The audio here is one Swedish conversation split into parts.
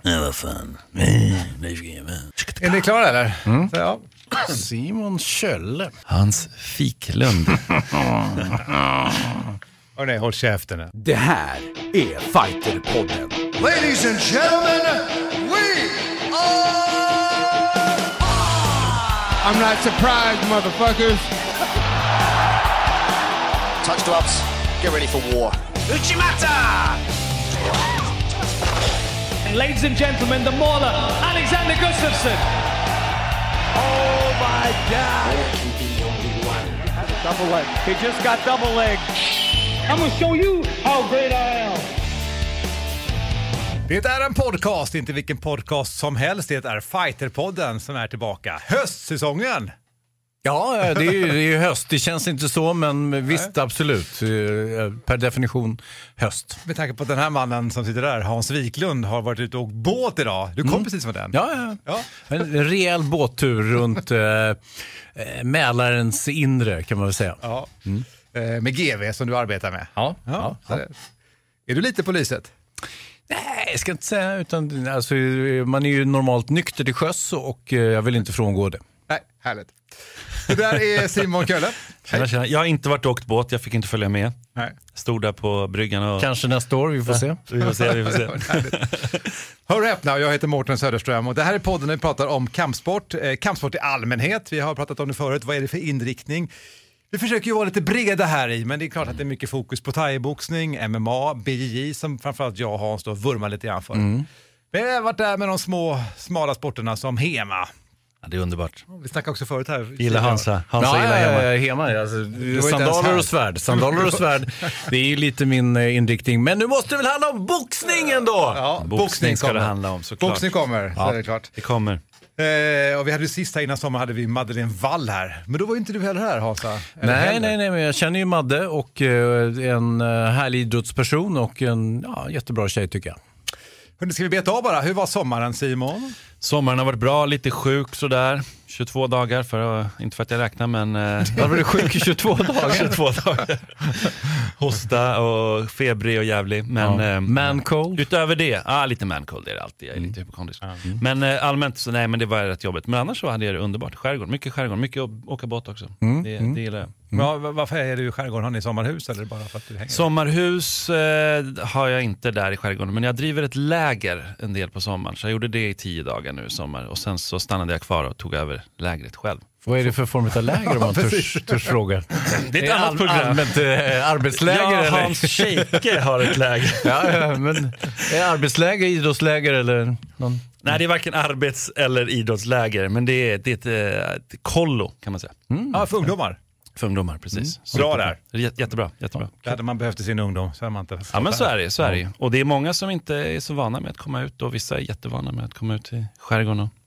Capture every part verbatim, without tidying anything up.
Nej, vad fan. Är ni klara eller? Mm. Så, ja. Simon Kölle. Hans Fiklund. Och nej, håll käften nu. Det här är Fighterpodden. Ladies and gentlemen, we are... I'm not surprised, motherfuckers. Touch gloves, get ready for war. Uchimata! And ladies and gentlemen, the mauler, Alexander Gustafsson. Oh my God! Double leg. He just got double leg. I'm gonna show you how great I am. Det är en podcast, inte vilken podcast som helst. Det är Fighterpodden som är tillbaka. Höstsäsongen! Ja, det är, ju, det är ju höst. Det känns inte så, men visst, Nej. absolut. Per definition höst. Med tanke på att den här mannen som sitter där, Hans Wiklund, har varit ute och åkt båt idag. Du kom mm. precis med den. Ja, ja. ja. En rejäl båttur runt eh, Mälarens inre, kan man väl säga. Ja. Mm. Eh, med G V som du arbetar med. Ja. ja, ja. Är du lite på lyset? Nej, jag ska inte säga. Utan, alltså, man är ju normalt nykter till sjöss och eh, jag vill inte frångå det. Nej, härligt. Det där är Simon Kölle. Tjena, tjena. Jag har inte varit och åkt båt, jag fick inte följa med. Nej. Stod där på bryggan och... Kanske nästa år, vi får se. Vi får se, vi får se. Hör och häpna, jag heter Mårten Söderström och det här är podden där vi pratar om kampsport. Eh, kampsport i allmänhet, vi har pratat om det förut. Vad är det för inriktning? Vi försöker ju vara lite breda här i, men det är klart att det är mycket fokus på thaiboxning, M M A, B J J som framförallt jag och Hans då vurmar lite grann för. Mm. Vi har varit där med de små, smala sporterna som Hema. Ja, det är underbart. Vi snackade också förut här. Gillar Hansa. Hansa ja, gillar Hema. Hema alltså, sandaler och svärd. Sandaler och svärd. Det är ju lite min inriktning. Men nu måste det väl handla om boxningen då? Ja, boxning, boxning ska det handla om såklart. Boxning kommer, så ja, är det klart. Det kommer. Eh, och vi hade ju sist här innan sommar hade vi Madeleine Wall här. Men då var ju inte du heller här, Hansa. Nej, nej, nej, men jag känner ju Madde och eh, en eh, härlig idrottsperson och en ja, jättebra tjej tycker jag. Hörrni, ska vi beta av bara? Hur var sommaren, Simon? Sommaren har varit bra, lite sjuk sådär. tjugotvå dagar, för att, inte för att jag räknar, men... Var var du sjuk i tjugotvå dagar? tjugotvå dagar. Hosta och febrig och jävlig. Men, ja. eh, man cold? Utöver det, ja lite man cold är det alltid. Jag är lite hypokondrisk. Mm. Men eh, allmänt så nej, men det var rätt jobbigt. Men annars så hade jag det underbart. Skärgård, mycket skärgård, mycket att åka båt också. Mm. Det, mm. det gillar jag. Mm. Ja, varför är du i skärgården? Har ni sommarhus eller bara för att du hänger? Sommarhus eh, har jag inte där i skärgården, men jag driver ett läger en del på sommaren. Så jag gjorde det i tio dagar nu i sommar och sen så stannade jag kvar och tog över lägret själv. Vad är det för form av läger om man törs, törs fråga? Det är ett annat program. Allmänt eh, arbetsläger ja, eller? Hans Scheike har ett läger. ja, ja, men är arbetsläger, idrottsläger eller någon? Nej, det är varken arbets- eller idrottsläger, men det är, det är ett, ett kollo kan man säga. Mm. Ja, för ungdomar. För ungdomar, precis. Mm. Bra där. J- jättebra, jättebra. Det hade man behövt i sin ungdom, så hade man inte... Ja, men så är det, så är det. Och det är många som inte är så vana med att komma ut och vissa är jättevana med att komma ut i skärgården och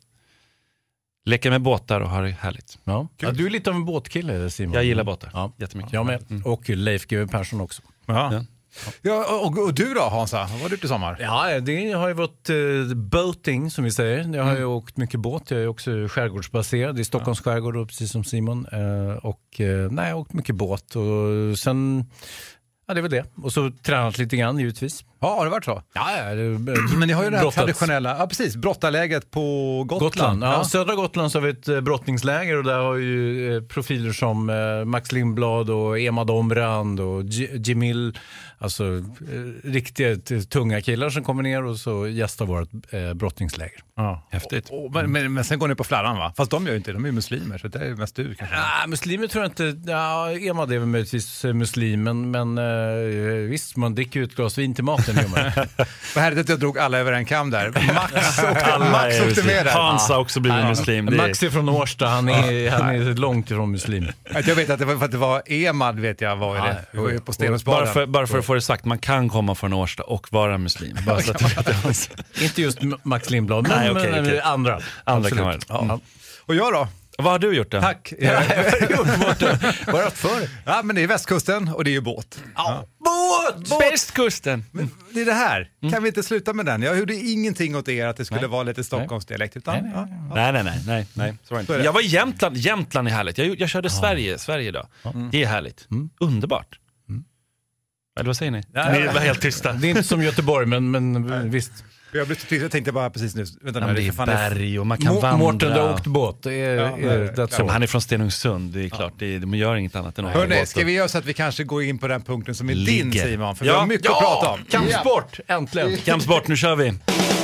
leka med båtar och ha det härligt. Ja. Ja, du är lite av en båtkille, Simon. Jag gillar båtar, ja. jättemycket. Jag med. Mm. Och Leif G W Persson också. Ja. Ja. Ja, och, och du då, Hansa? Vad var du ute i sommar? Ja, det har ju varit uh, boating som vi säger. Jag har ju mm. åkt mycket båt. Jag är också skärgårdsbaserad i Stockholms ja. skärgård, precis som Simon. Uh, och uh, nej, jag har åkt mycket båt. Och sen, ja det var det. Och så tränat lite grann givetvis. Ja, har det varit så? Ja, ja det, men ni har ju det här traditionella, ja precis, brottarläget på Gotland. Gotland ja. Ja. Södra Gotland så har vi ett brottningsläger och där har ju profiler som Max Lindblad och Emma Dombrand och Jimil, alltså riktiga tunga killar som kommer ner och så gästar vårt eh, brottningsläger. Ja. Häftigt. Och, och, men, men, men sen går ni på flarran va? Fast de gör ju inte, de är ju muslimer så det är mest du kanske. Ja, muslimer tror jag inte, ja, Emma det är väl möjligtvis muslim men, men eh, visst, man dricker ju ett glas vin till maten. Vad härligt att jag drog alla över en kam där. Max åkte, Max åkte med där. Hans har också blivit ja. muslim. Det är... Max är från Årsta, han är, han är långt ifrån muslim. Jag vet att det var, för att det var Emad vet jag var ja, det. Vi var ju på Stenungsbaden. Bara för, bara för att få det sagt, man kan komma från Årsta och vara muslim. Bara så att inte just Max Lindblad, men, Nej, okay, men okay. andra. Andra kan vara. Ja. Mm. Och jag då? Vad har du gjort då? Tack. Ja, vad har jag för? Ja, men det är västkusten och det är ju båt. Ja. Båt! båt! Västkusten! Men det är det här. Mm. Kan vi inte sluta med den? Jag gjorde ingenting åt er att det skulle nej. vara lite Stockholmsdialekt. Utan, nej, nej, nej. nej, nej, nej, nej. Så var det inte. Jag var i Jämtland. Jämtland är härligt. Jag, jag körde ja. Sverige, Sverige idag. Mm. Det är härligt. Mm. Underbart. Mm. Eller vad säger ni? Ja, ni var helt tysta. Det är inte som Göteborg, men, men visst. Jag blev så trist, jag tänkte bara precis nu. Vänta, Ja, nu det är fan berg och man kan Må- vandra. Mårten, du har åkt båt. Det är, Ja, är, det är that's Ja, all. men han är från Stenungsund, det är klart. Det är, de gör inget annat än att åka Hörrni, båt. ska vi göra så att vi kanske går in på den punkten som är din, Ligger. Simon? För Ja. vi har mycket att prata om. Kampsport, äntligen. Kampsport, nu kör vi.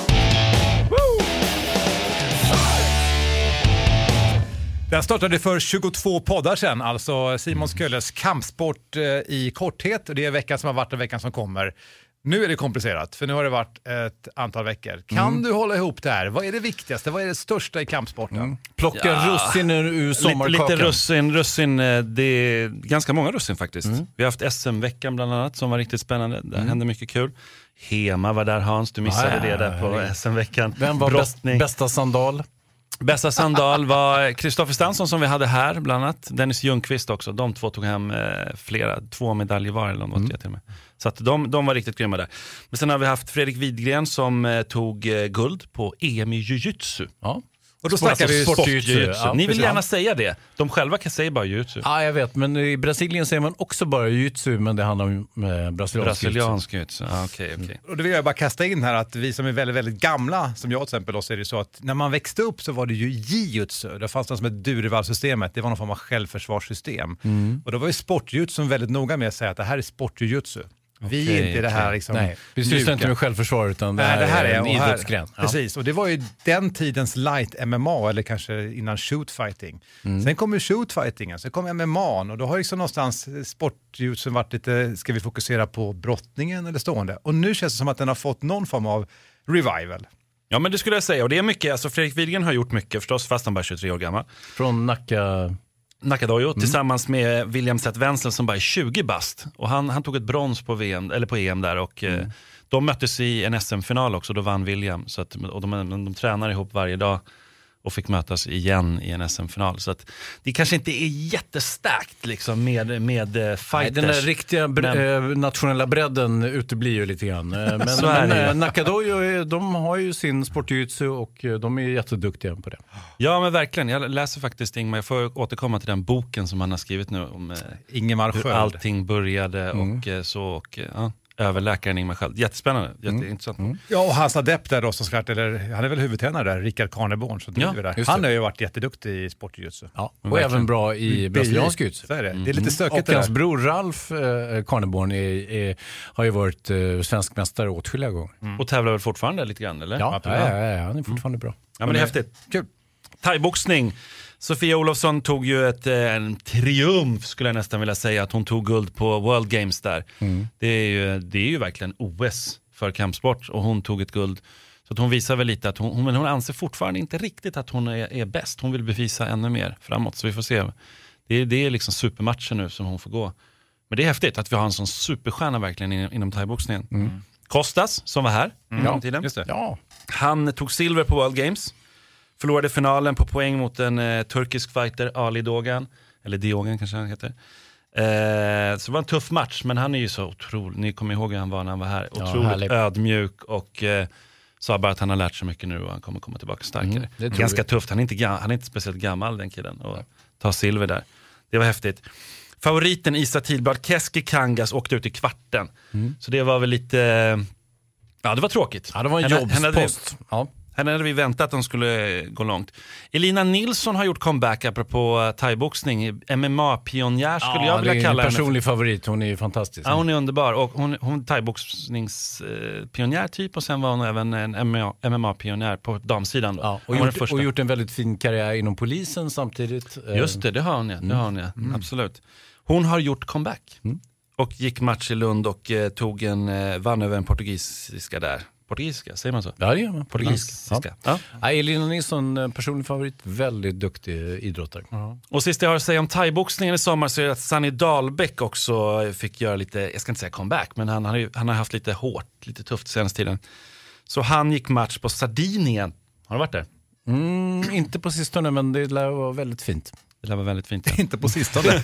Den startade för tjugotvå poddar sedan, alltså Simon Skölles kampsport eh, i korthet. Och det är veckan som har varit och veckan som kommer. Nu är det komplicerat, för nu har det varit ett antal veckor. Kan Mm. du hålla ihop det här? Vad är det viktigaste? Vad är det största i kampsporten? Mm. Plocka Ja. russin ur Lite, sommarkakan. lite russin, russin, eh, det är ganska många russin faktiskt. Vi har haft S M-veckan bland annat som var riktigt spännande. Där hände mycket kul. Hema var där, Hans, du missade Ja, ja, det där på ja. S M-veckan. Vem var bäst, Brottning. bästa sandal? Bästa sandal var Kristoffer Stansson som vi hade här bland annat. Dennis Ljungqvist också. De två tog hem eh, flera, två medaljer var eller något mm. till och med. Så att de, de var riktigt grymma där. Men sen har vi haft Fredrik Widgren som eh, tog eh, guld på E M i jiu-jitsu. Ja. Och då snackar vi sport- sport. jiu-jitsu. Ja, Ni vill precis. gärna säga det. De själva kan säga bara jiu-jitsu. Ja, jag vet. Men i Brasilien säger man också bara jiu-jitsu, men det handlar om eh, brasiliansk jiu-jitsu. Brasiliansk jiu-jitsu. Ja, okej, okej. Och då vill jag bara kasta in här att vi som är väldigt, väldigt gamla, som jag till exempel, då, så är det så att när man växte upp så var det ju jiu-jitsu. Det fanns något som ett Durval-systemet. Det var någon form av självförsvarssystem. Mm. Och då var ju sport-jiu-jitsu väldigt noga med att säga att det här är sport-jiu-jitsu. Vi är Okej, inte det här okej. liksom Nej, vi sysslar mjuka. inte med självförsvar, utan det Nej, här, det här är, är en och här- idrottsgren. Ja. Precis, och det var ju den tidens light M M A, eller kanske innan shootfighting. Mm. Sen kom ju shootfightingen, sen kom M M A, och då har liksom någonstans sportjutsen varit lite, ska vi fokusera på brottningen eller stående? Och nu känns det som att den har fått någon form av revival. Ja, men det skulle jag säga. Och det är mycket. Alltså Fredrik Widgren har gjort mycket förstås, fast han bara är tjugotre år gammal. Från Nacka... Nakadojo Mm. tillsammans med William Zett Wenzel som bara är tjugo bast. Och han, han tog ett brons på, V M, eller på E M där och Mm. eh, de möttes i en S M-final också, då vann William. Så att, och de, de, de tränar ihop varje dag och fick mötas igen i en S M-final. Så att det kanske inte är jättestarkt liksom med, med eh, fighters. Nej, den där riktiga bre- Men- eh, nationella bredden uteblir ju lite grann. Eh, Men, Så är men det ju. eh, Nakadojo, är- de har ju sin sportjutsu och eh, de är jätteduktiga på det. Ja, men verkligen. Jag läser faktiskt Ingmar, jag får återkomma till den boken som han har skrivit nu om eh, Ingemar hur Sköld. allting började och eh, så. Och, eh, ja, överläkaren Ingmar Sköld. Jättespännande, jätteintressant. Ja, och hans adept där då, som ska, eller han är väl huvudtränare där, Rickard Karneborn. Så Ja, ja, där. just Han det. har ju varit jätteduktig i sportjutsu. Ja, och verkligen. även bra i brasiliansk jutsu. Så är det. Det är lite stökigt Och det hans där. bror Ralf eh, Karneborn är, är, har ju varit eh, svensk mästare åtskilliga gånger. Och tävlar väl fortfarande lite grann, eller? Ja, ja, ja, ja, han är fortfarande bra. Ja, men det är häftigt. Kul. Thaiboxning. Sofia Olofsson tog ju ett, eh, en triumf, skulle jag nästan vilja säga, att hon tog guld på World Games där. Det, är ju, det är ju verkligen O S för kampsport och hon tog ett guld. Så att hon visar väl lite att hon, men hon anser fortfarande inte riktigt att hon är, är bäst. Hon vill bevisa ännu mer framåt, så vi får se. Det är, det är liksom supermatchen nu som hon får gå. Men det är häftigt att vi har en sån superstjärna verkligen in, inom thaiboxningen. Mm. Kostas, som var här mm. Ja, tiden. just det. Ja, Han tog silver på World Games. Förlorade finalen på poäng mot en eh, turkisk fighter, Ali Dogan. Eller Diogan kanske han heter. Eh, så det var en tuff match, men han är ju så otrolig. Ni kommer ihåg hur han var när han var här. Otroligt härlig. ödmjuk och eh, sa bara att han har lärt sig mycket nu och han kommer komma tillbaka starkare. Mm, det tror Ganska vi. tufft. Han är, inte, ga- han är inte speciellt gammal, den killen. Och ta silver där. Det var häftigt. Favoriten Isa Tidblad, Keski Kangas, åkte ut i kvarten. Så det var väl lite... Ja, det var tråkigt. ja det var en Henne- henne hade vi- jobbspost. Ja. Här hade vi väntat att de skulle gå långt. Elina Nilsson har gjort comeback apropå thaiboxning. M M A-pionjär skulle jag det är vilja kalla en henne. personlig favorit, hon är ju fantastisk. Ja, hon är underbar. Och hon, hon är thaiboxningspionjär typ. Och sen var hon även en M M A-pionjär på damsidan. Då. Ja, och, Hon var den gjort, första. och gjort en väldigt fin karriär inom polisen samtidigt. Eh, Just det, det har hon ja. Det har hon, ja. Absolut. Hon har gjort comeback. Och gick match i Lund och eh, tog en, eh, vann över en portugisiska där. Portugisiska, säger man så? Ja, det gör man. Portugisiska. Ja. Ja. Ja, Elina Nilsson, en personlig favorit, väldigt duktig idrottare. Och sist jag har att säga om thaiboxningen i sommar så är det att Sunny Dahlbäck också fick göra lite, jag ska inte säga comeback, men han har, ju, han har haft lite hårt, lite tufft senaste tiden. Så han gick match på Sardinien. Har du varit där? Mm, inte på sistone, men det lär vara väldigt fint. Det lär vara väldigt fint. Ja. Inte på sistone.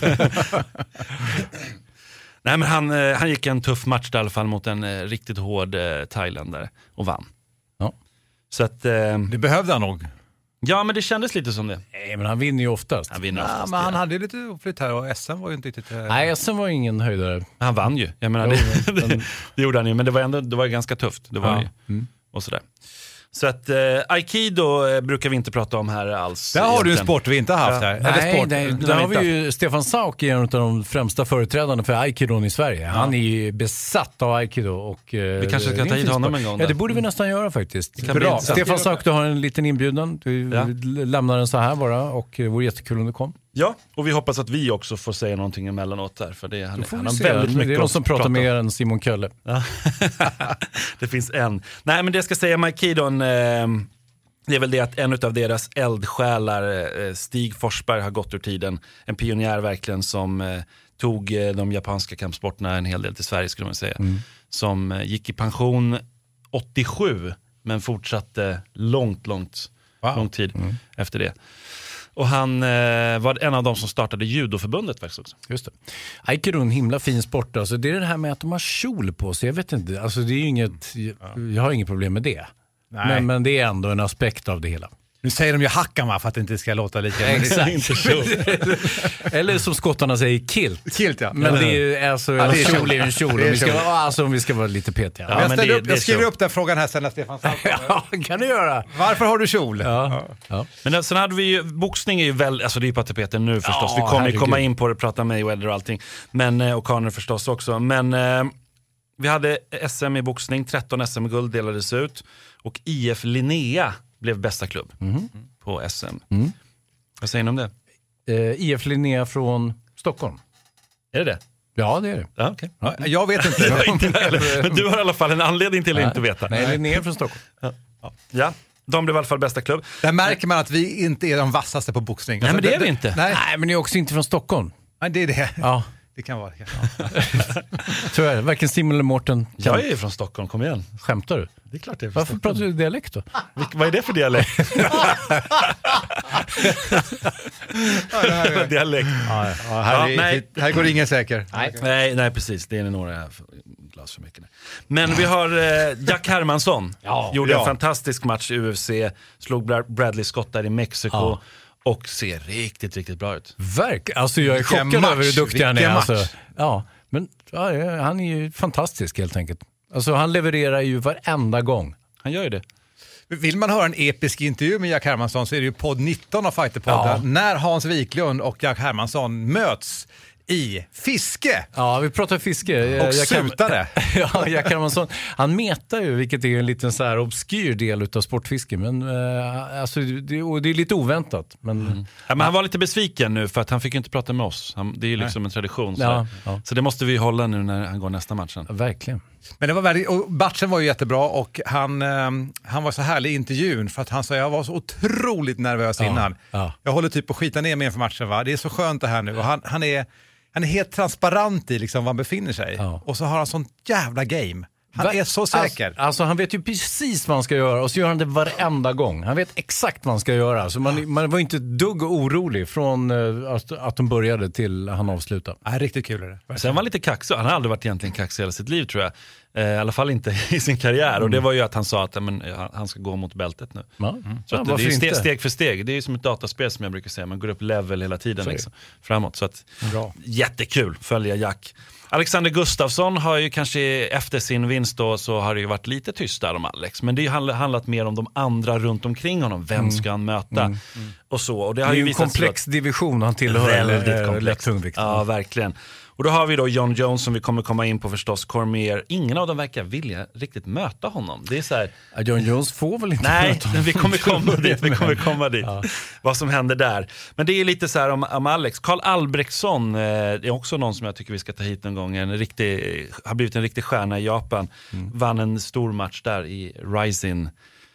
Nej, men han, eh, han gick en tuff match där, i alla fall mot en eh, riktigt hård eh, thailändare och vann. Ja. Så att, eh, Det behövde han nog. ja men det kändes lite som det. Nej, men han vinner ju oftast. Han vinner Ja, oftast. men han det. hade ju lite oflytt här och S M var ju inte riktigt... eh, Nej, S M var ingen höjdare. Han vann ju. Jag menar, Jo, det, men- det, det gjorde han ju, men det var ändå det var ganska tufft. Det var Ja. det ju. och sådär. Så att eh, Aikido eh, brukar vi inte prata om här alls. Där har egentligen. du en sport vi inte har haft här. Nej, Eller sport. nej, där har vi ju Stefan Sauk, en av de främsta företrädarna för Aikido i Sverige. Han är ju besatt av Aikido. Och, vi kanske ska ta hit honom en gång. Ja, det borde vi nästan göra faktiskt. Bra. Stefan Sauk, du har en liten inbjudan. Du ja. lämnar den så här bara och det vore jättekul om du kom. Ja, och vi hoppas att vi också får säga någonting emellanåt där. För det, han, han har se. väldigt mycket det är någon som pratar prata mer än Simon Kölle. Ja. Det finns en. Nej, men det jag ska säga, Aikidon, eh, det är väl det att en av deras eldsjälar, eh, Stig Forsberg, har gått ur tiden. En pionjär verkligen som eh, tog eh, de japanska kampsporterna en hel del till Sverige, skulle man säga. Mm. Som eh, gick i pension åttiosju, men fortsatte långt, långt, wow. lång tid mm. efter det. Och han eh, var en av de som startade judoförbundet faktiskt också. Just det. Aikido är en himla fin sport. Alltså, det är det här med att de har kjol på sig. Jag vet inte, alltså, det är ju inget, jag, jag har inget problem med det. Men, men det är ändå en aspekt av det hela. Nu säger de ju hackama för att det inte ska låta lika. Exakt. Eller som skottarna säger, kilt. Kilt, ja. Men det är ju alltså, ja, en kjol är en kjol. Om vi, ska, alltså, om vi ska vara lite petiga. Ja, jag, det, upp, jag skriver upp den frågan här sen när Stefan Sauk. Ja, kan du göra. Varför har du kjol? Ja. Ja. Men sen hade vi ju, boxning är ju väl, alltså det är ju på tapeten nu förstås. Ja, vi kommer ju komma in på det, prata med Mayweather och allting. Men, och Conor förstås också. Men eh, vi hade S M i boxning, tretton S M-guld delades ut. Och I F Linnea blev bästa klubb mm. på S M. Mm. Vad säger ni om det? Uh, I F Linnea från Stockholm. Är det det? Ja, det är det. Ja, okay. Ja, jag vet inte. Jag inte men du har i alla fall en anledning till att inte veta. Nej, Linnea från Stockholm. Ja. Ja, de blev i alla fall bästa klubb. Där märker man att vi inte är de vassaste på boxning. Nej, alltså, men det är det, vi inte. Nej. nej, men ni är också inte från Stockholm. Nej, det är det. Ja. Det kan vara det. Tyvärr, varken Simon eller Mårten. Jag är ju från Stockholm, kom igen. Skämtar du? Det är klart det är. Varför pratar du dialekt då? Vil- vad är det för dialekt? dialekt. Ja, ja, här, ja, är, nej. här går ingen säker. Nej, nej, nej precis. Det är några glas för mycket. Men vi har eh, Jack Hermansson. ja, gjorde ja. en fantastisk match i U F C. Slog Bradley Scott där i Mexiko. Ja. Och ser riktigt, riktigt bra ut. Verk, alltså jag är Vilken chockad match, över hur duktig han är. match. Alltså. Ja, men ja, han är ju fantastisk helt enkelt. Alltså han levererar ju varenda gång. Han gör ju det. Vill man höra en episk intervju med Jack Hermansson så är det ju podd nitton av Fighterpodden. Ja. När Hans Wiklund och Jack Hermansson möts i fiske. Ja, vi pratar fiske. Och sutare. Ja, Jack Hermansson, han metar ju, vilket är en liten så här obskyr del utav sportfiske. Men eh, alltså, det, och det är lite oväntat. Men, mm. ja, men han var lite besviken nu för att han fick inte prata med oss. Han, det är ju liksom en tradition. Så, ja, ja. så det måste vi hålla nu när han går nästa matchen. Ja, verkligen. Men det var väldigt, och matchen var ju jättebra och han, eh, han var så härlig i intervjun för att han sa jag var så otroligt nervös ja, innan. Ja. Jag håller typ på att skita ner mig inför matchen, va? Det är så skönt det här nu. Och han, han, är, han är helt transparent i liksom var han befinner sig. Ja. Och så har han sånt jävla game. Han Va? är så säker. Alltså, alltså han vet ju precis vad han ska göra och så gör han det varenda gång. Han vet exakt vad han ska göra. Så man, man var inte dugg orolig från uh, att, att de började till han avslutade. Ja, riktigt kul är det. Sen var han lite kaxig. Han har aldrig varit egentligen kaxig hela sitt liv tror jag. Eh, I alla fall inte i sin karriär. Mm. Och det var ju att han sa att men, han ska gå mot bältet nu. Ja. Mm. Så att, ja, det är steg, steg för steg. Det är ju som ett dataspel som jag brukar säga. Man går upp level hela tiden liksom, framåt. Så att, bra. Jättekul följa Jack. Alexander Gustafsson har ju kanske efter sin vinst då så har det ju varit lite tyst där om Alex. Men det har ju handlat mer om de andra runt omkring honom. Vem ska han möta? Mm. Mm. Och så. Och det, det har är ju ju en komplex division han tillhör. Väldigt komplex. Lätt tungvikt. Ja, verkligen. Och då har vi då John Jones som vi kommer komma in på förstås, Cormier. Ingen av dem verkar vilja riktigt möta honom. Det är så här... Ja, John Jones får väl inte Nej, möta honom. vi kommer komma dit. Vi kommer komma dit. Ja. Vad som händer där. Men det är lite så här om, om Alex. Carl Albrektsson eh, är också någon som jag tycker vi ska ta hit en gång. En riktig, har blivit en riktig stjärna i Japan. Mm. Vann en stor match där i Rising.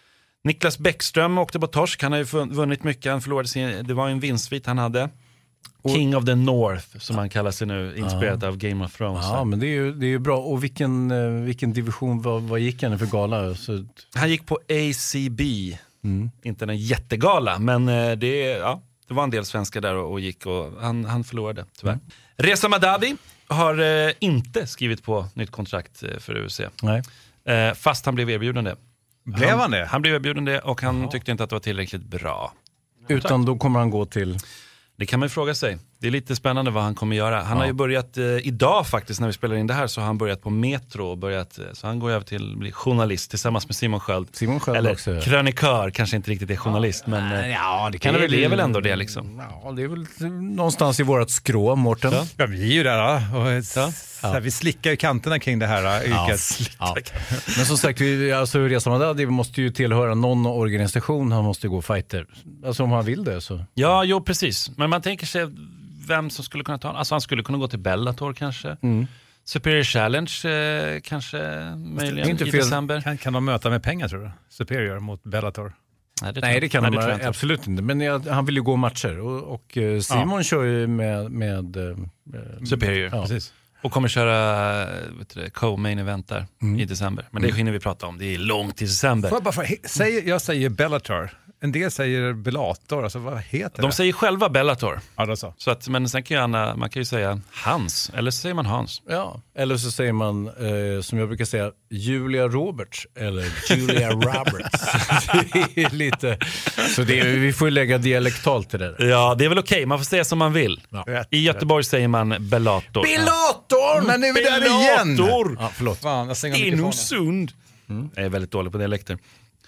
Niklas Bäckström åkte på torsk. Han har ju vunnit mycket. Han förlorade sin, det var en vinstvit han hade. King of the North som han kallar sig nu, inspirerat ja. av Game of Thrones. Ja, men det är ju, det är ju bra. Och vilken, vilken division, vad, vad gick han för gala? Så... Han gick på A C B, mm. inte en jättegala, men det, ja, det var en del svenskar där och, och gick och han, han förlorade tyvärr. Mm. Reza Madadi har eh, inte skrivit på nytt kontrakt för U F C. Nej. Eh, fast han blev erbjuden det. Blev han, han det? Han blev erbjuden det och han Jaha. tyckte inte att det var tillräckligt bra. Utan då kommer han gå till... Det kan man ju fråga sig. Det är lite spännande vad han kommer göra. Han ja. har ju börjat eh, idag faktiskt när vi spelar in det här så har han börjat på Metro och börjat, så han går över till att bli journalist tillsammans med Simon Sköld. Simon Sköld Eller också. krönikör, kanske inte riktigt är journalist ja, men eh, ja, det kan det, väl, det är väl ändå det liksom. Ja, det är väl någonstans i vårat skrå, Mårten. Ja. ja, vi är ju där och ja. Ja. Vi slickar ju kanterna kring det här yrket. Ja. Ja. Men som sagt, vi, alltså, Reza Madadi måste ju tillhöra någon organisation, han måste gå fighter. Alltså om han vill det så. Ja, jo precis. Men man tänker sig vem som skulle kunna ta alltså han skulle kunna gå till Bellator kanske. Mm. Superior Challenge eh, kanske möjligen inte i fel. december. Kan, kan de möta med pengar tror du? Superior mot Bellator? Nej, det, Nej, det kan Nej, de det absolut inte. Men jag, han vill ju gå matcher och, och Simon ja. kör ju med, med eh, Superior. Ja. Precis. Och kommer köra vet du, co-main event där mm. i december. Men det hinner vi prata om. Det är långt till december. Får jag, bara, för, säger, jag säger Bellator. En del säger Bellator. Alltså, vad heter De det? säger själva Bellator. Ja, det är så. Så att, men sen kan ju Anna, man kan ju säga Hans. Eller så säger man Hans. Ja, eller så säger man, eh, som jag brukar säga, Julia Roberts. Eller Julia Roberts. Det är lite... Så det är, vi får lägga dialektalt till det där. Ja, det är väl okej. Okay. Man får säga som man vill. Ja. I Göteborg säger man Bellator. Bellator! Men nu är vi där igen! Bellator! Ja, förlåt. Fan, Stenungsund. Mm. Jag är väldigt dålig på dialekter.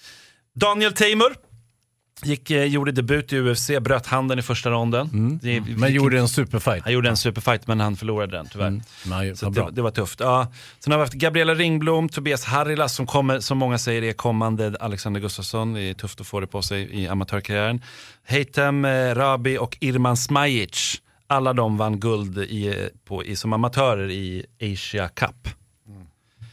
Daniel Teymur gick, gjorde debut i U F C, bröt handen i första ronden. Mm. Det, men gick, gjorde en superfight. Han gjorde en superfight, men han förlorade den tyvärr. Mm. Nej, så det, det var tufft. Ja. Sen har vi haft Gabriella Ringblom, Tobias Harila som kommer, som många säger är kommande Alexander Gustafsson. Det är tufft att få det på sig i amatörkarriären. Heitem Rabi och Irman Smajic. Alla de vann guld i, på, i, som amatörer i Asia Cup. Mm.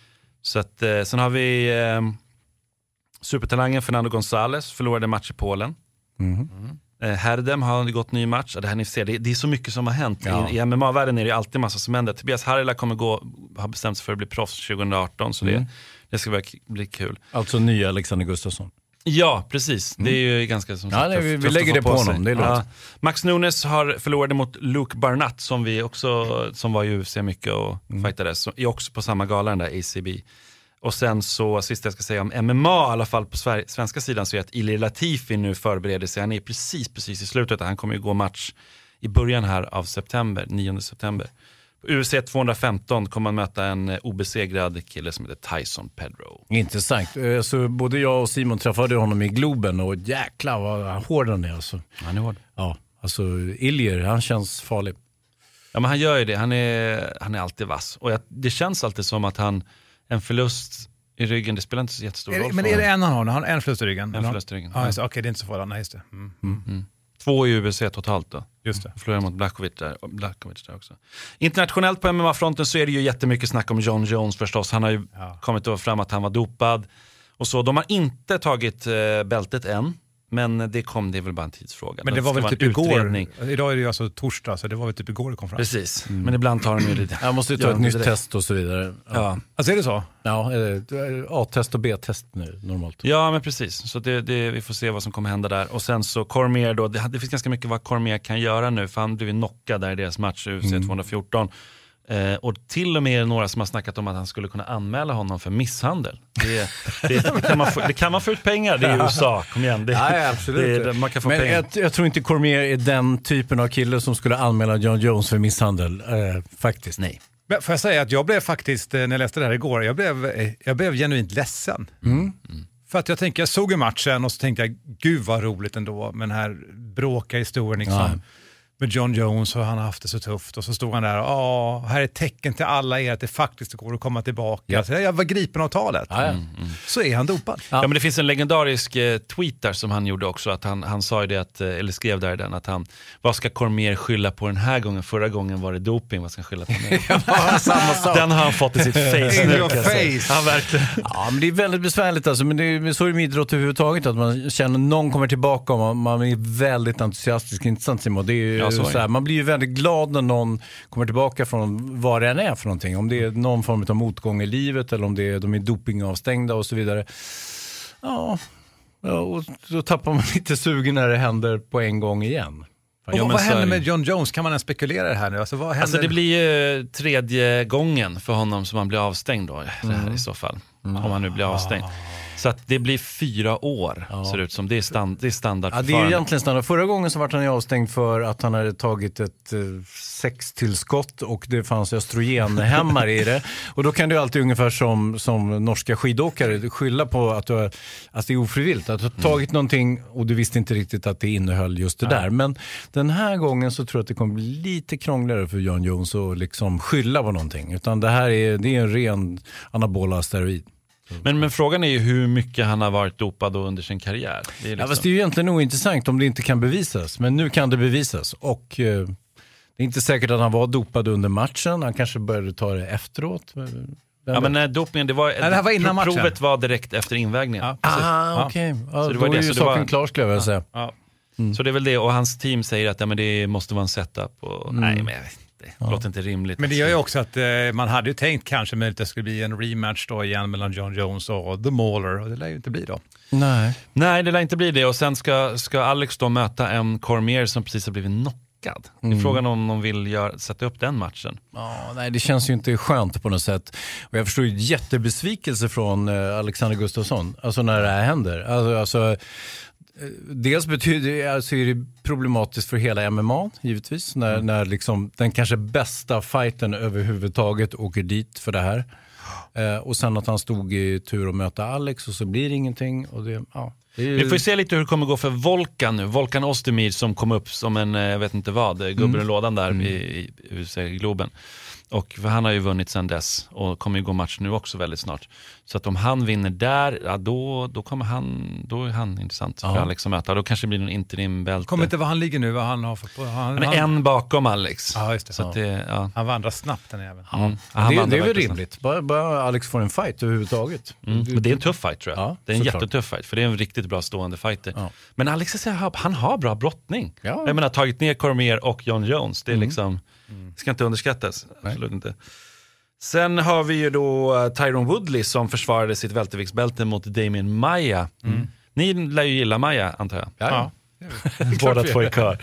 Så att, sen har vi eh, supertalangen Fernando González förlorade match i Polen. Mm. Mm. Eh, Herdem har gått ny match. Det här ni ser, det, det är så mycket som har hänt. Ja. I, I M M A-världen är det alltid massa som händer. Tobias Harila kommer gå, har bestämt sig för att bli proffs tjugo arton, så mm. det, det ska bli, bli kul. Alltså nya Alexander Gustafsson. Ja, precis. Mm. Det är ju ganska som sagt, ja, nej, vi, vi lägger det på, på honom. Det är ja. Max Nunes har förlorat mot Luke Barnett som vi också som var i U F C mycket och mm. fightades. Så, är också på samma gala den där A C B. Och sen så, sist jag ska säga om M M A i alla fall på Sver- svenska sidan, så är att Ilir Latifi nu förbereder sig. Han är precis, precis i slutet. Han kommer ju gå match i början här av september, nionde september. På U F C tvåhundrafemton kommer man möta en obesegrad kille som heter Tyson Pedro. Intressant. Så både jag och Simon träffade honom i Globen och jäklar vad hård han är. Alltså. Han är hård. Ja, alltså Ilir, han känns farlig. Ja, men han gör ju det. Han är, han är alltid vass. Och jag, det känns alltid som att han, en förlust i ryggen, det spelar inte så jättestor roll. Men är det en han har? Han har en förlust i ryggen? En förlust i ryggen. Ja, okej, okay, det är inte så farligt. Nej, just det. Mm. Mm. Mm. Två i U F C totalt då. Just det. Förlorade mot Blachowicz där, Blachowicz där också. Internationellt på M M A-fronten så är det ju jättemycket snack om John Jones förstås. Han har ju ja. kommit över fram att han var dopad. Och så, de har inte tagit eh, bältet än. Men det kom, det är väl bara en tidsfråga. Men det var väl typ igår. Idag är det ju alltså torsdag, så det var väl typ igår det kom fram. Precis, mm. men ibland tar de ju det. Jag måste ju ta ett nytt test och så vidare. Ja. Ja. Alltså är det så? Ja, A-test och B-test nu normalt. Ja, men precis. Så det, det, vi får se vad som kommer hända där. Och sen så Cormier då, det, det finns ganska mycket vad Cormier kan göra nu. För han blev knockad där i deras match i U F C mm. tvåhundrafjorton. Eh, och till och med några som har snackat om att han skulle kunna anmäla honom för misshandel. Det, det, det, kan, man få, det kan man få ut pengar, det är U S A, kom igen. Det, ja, absolut. Det, man kan få Men pengar. Jag, jag tror inte Cormier är den typen av kille som skulle anmäla John Jones för misshandel, eh, faktiskt. Nej. Men får jag säga att jag blev faktiskt, när jag läste det här igår, jag blev, jag blev genuint ledsen. Mm. Mm. För att jag tänker, jag såg i matchen och så tänkte jag, gud vad roligt ändå med den här bråka historien liksom. Ja. Med John Jones och han har haft det så tufft och så stod han där, ja, här är ett tecken till alla er att det faktiskt går att komma tillbaka. Ja. Så jag var gripen av talet. Ja, ja. Mm, mm. Så är han dopad. Ja. Ja, men det finns en legendarisk eh, tweet där som han gjorde också, att han, han sa ju det, att, eller skrev där den, att han, vad ska Cormier skylla på den här gången? Förra gången var det doping, vad ska han skylla på nu? Ja, samma sak. Den har han fått i sitt face In nu. your face. Ja, verkligen. Ja, men det är väldigt besvärligt alltså, men det är så är det med idrott överhuvudtaget, att man känner någon kommer tillbaka och man, man är väldigt entusiastisk, intressant Simon. Det är ju ja, så så här, man blir ju väldigt glad när någon kommer tillbaka från vad det än är för någonting. Om det är någon form av motgång i livet eller om det är, de är dopingavstängda och så vidare. Ja, och då tappar man lite sugen när det händer på en gång igen. Och vad, vad händer med John Jones? Kan man ens spekulera det här nu? Alltså, vad händer? Alltså det blir ju tredje gången för honom som han blir avstängd då. Det här mm. i så fall. Mm. Om han nu blir avstängd. Så att det blir fyra år, Ja. ser det ut som. Det är, stand, det är standard. Ja, det är egentligen standard. Förra gången så var han ju avstängd för att han hade tagit ett eh, sextillskott och det fanns östrogenhämmare i det. Och då kan du alltid ungefär som, som norska skidåkare skylla på att, du har, att det är ofrivilligt. Att du har tagit mm. någonting och du visste inte riktigt att det innehöll just det ja. där. Men den här gången så tror jag att det kommer bli lite krångligare för Jon Jones att liksom skylla på någonting. Utan det här är, det är en ren anabola steroid. Men, men frågan är ju hur mycket han har varit dopad under sin karriär. Det är, liksom... ja, fast det är ju egentligen ointressant om det inte kan bevisas. Men nu kan det bevisas. Och eh, det är inte säkert att han var dopad under matchen. Han kanske började ta det efteråt. Vem ja, men nej, dopningen, det var, nej, det här var innan matchen. Provet var direkt efter invägningen. Ja, ah, okej. Okay. Ja, så det då var är det, ju så saken var... klar, skulle jag vilja säga. Ja. Mm. Så det är väl det. Och hans team säger att ja, men det måste vara en setup. Och... Mm. Nej, men jag vet inte. Det ja. låter inte rimligt. Men det gör ju också att eh, man hade ju tänkt kanske med att det skulle bli en rematch då igen mellan Jon Jones och The Mauler. Och det lär ju inte bli då. Nej, Nej det lär inte bli det. Och sen ska, ska Alex då möta en Cormier som precis har blivit knockad. Mm. Det är frågan om de vill gör, sätta upp den matchen. Ja, nej, det känns ju inte skönt på något sätt. Och jag förstår ju jättebesvikelse från eh, Alexander Gustafsson. Alltså när det här händer. Alltså... alltså dels betyder alltså är det problematiskt för hela M M A givetvis när, mm. när liksom den kanske bästa fighten överhuvudtaget åker dit för det här eh, och sen att han stod i tur att möta Alex och så blir det ingenting och det, ja, det är... Vi får se lite hur det kommer gå för Volkan nu. Volkan Ozdemir som kom upp som en, jag vet inte vad, gubben mm. i lådan där mm. i, i U F C-globen. Och för han har ju vunnit sedan dess och kommer ju gå match nu också väldigt snart. Så att om han vinner där, ja, då, då kommer han, då är han intressant för ja. Alex att möta. Då kanske det blir någon interim-bälte. Kommer inte vad han ligger nu, vad han har för... Han, han är han... en bakom Alex. Ja, just det. Så ja. Att det ja. Han vandrar snabbt den även. Ja. Mm. Ja, det, det är väl rimligt. Bara, bara Alex får en fight överhuvudtaget. Mm. Men det är en tuff fight tror jag. Ja, det är en såklart. jättetuff fight för det är en riktigt bra stående fighter. Ja. Men Alex han har bra brottning. Ja. Jag menar tagit ner Cormier och Jon Jones. Det är mm. liksom, mm. ska inte underskattas. Nej. Absolut inte. Sen har vi ju då Tyron Woodley som försvarade sitt välterviktsbälte mot Damian Maia. Mm. Ni lär ju gilla Maia, antar jag. Ja, ja. Båda två i kör.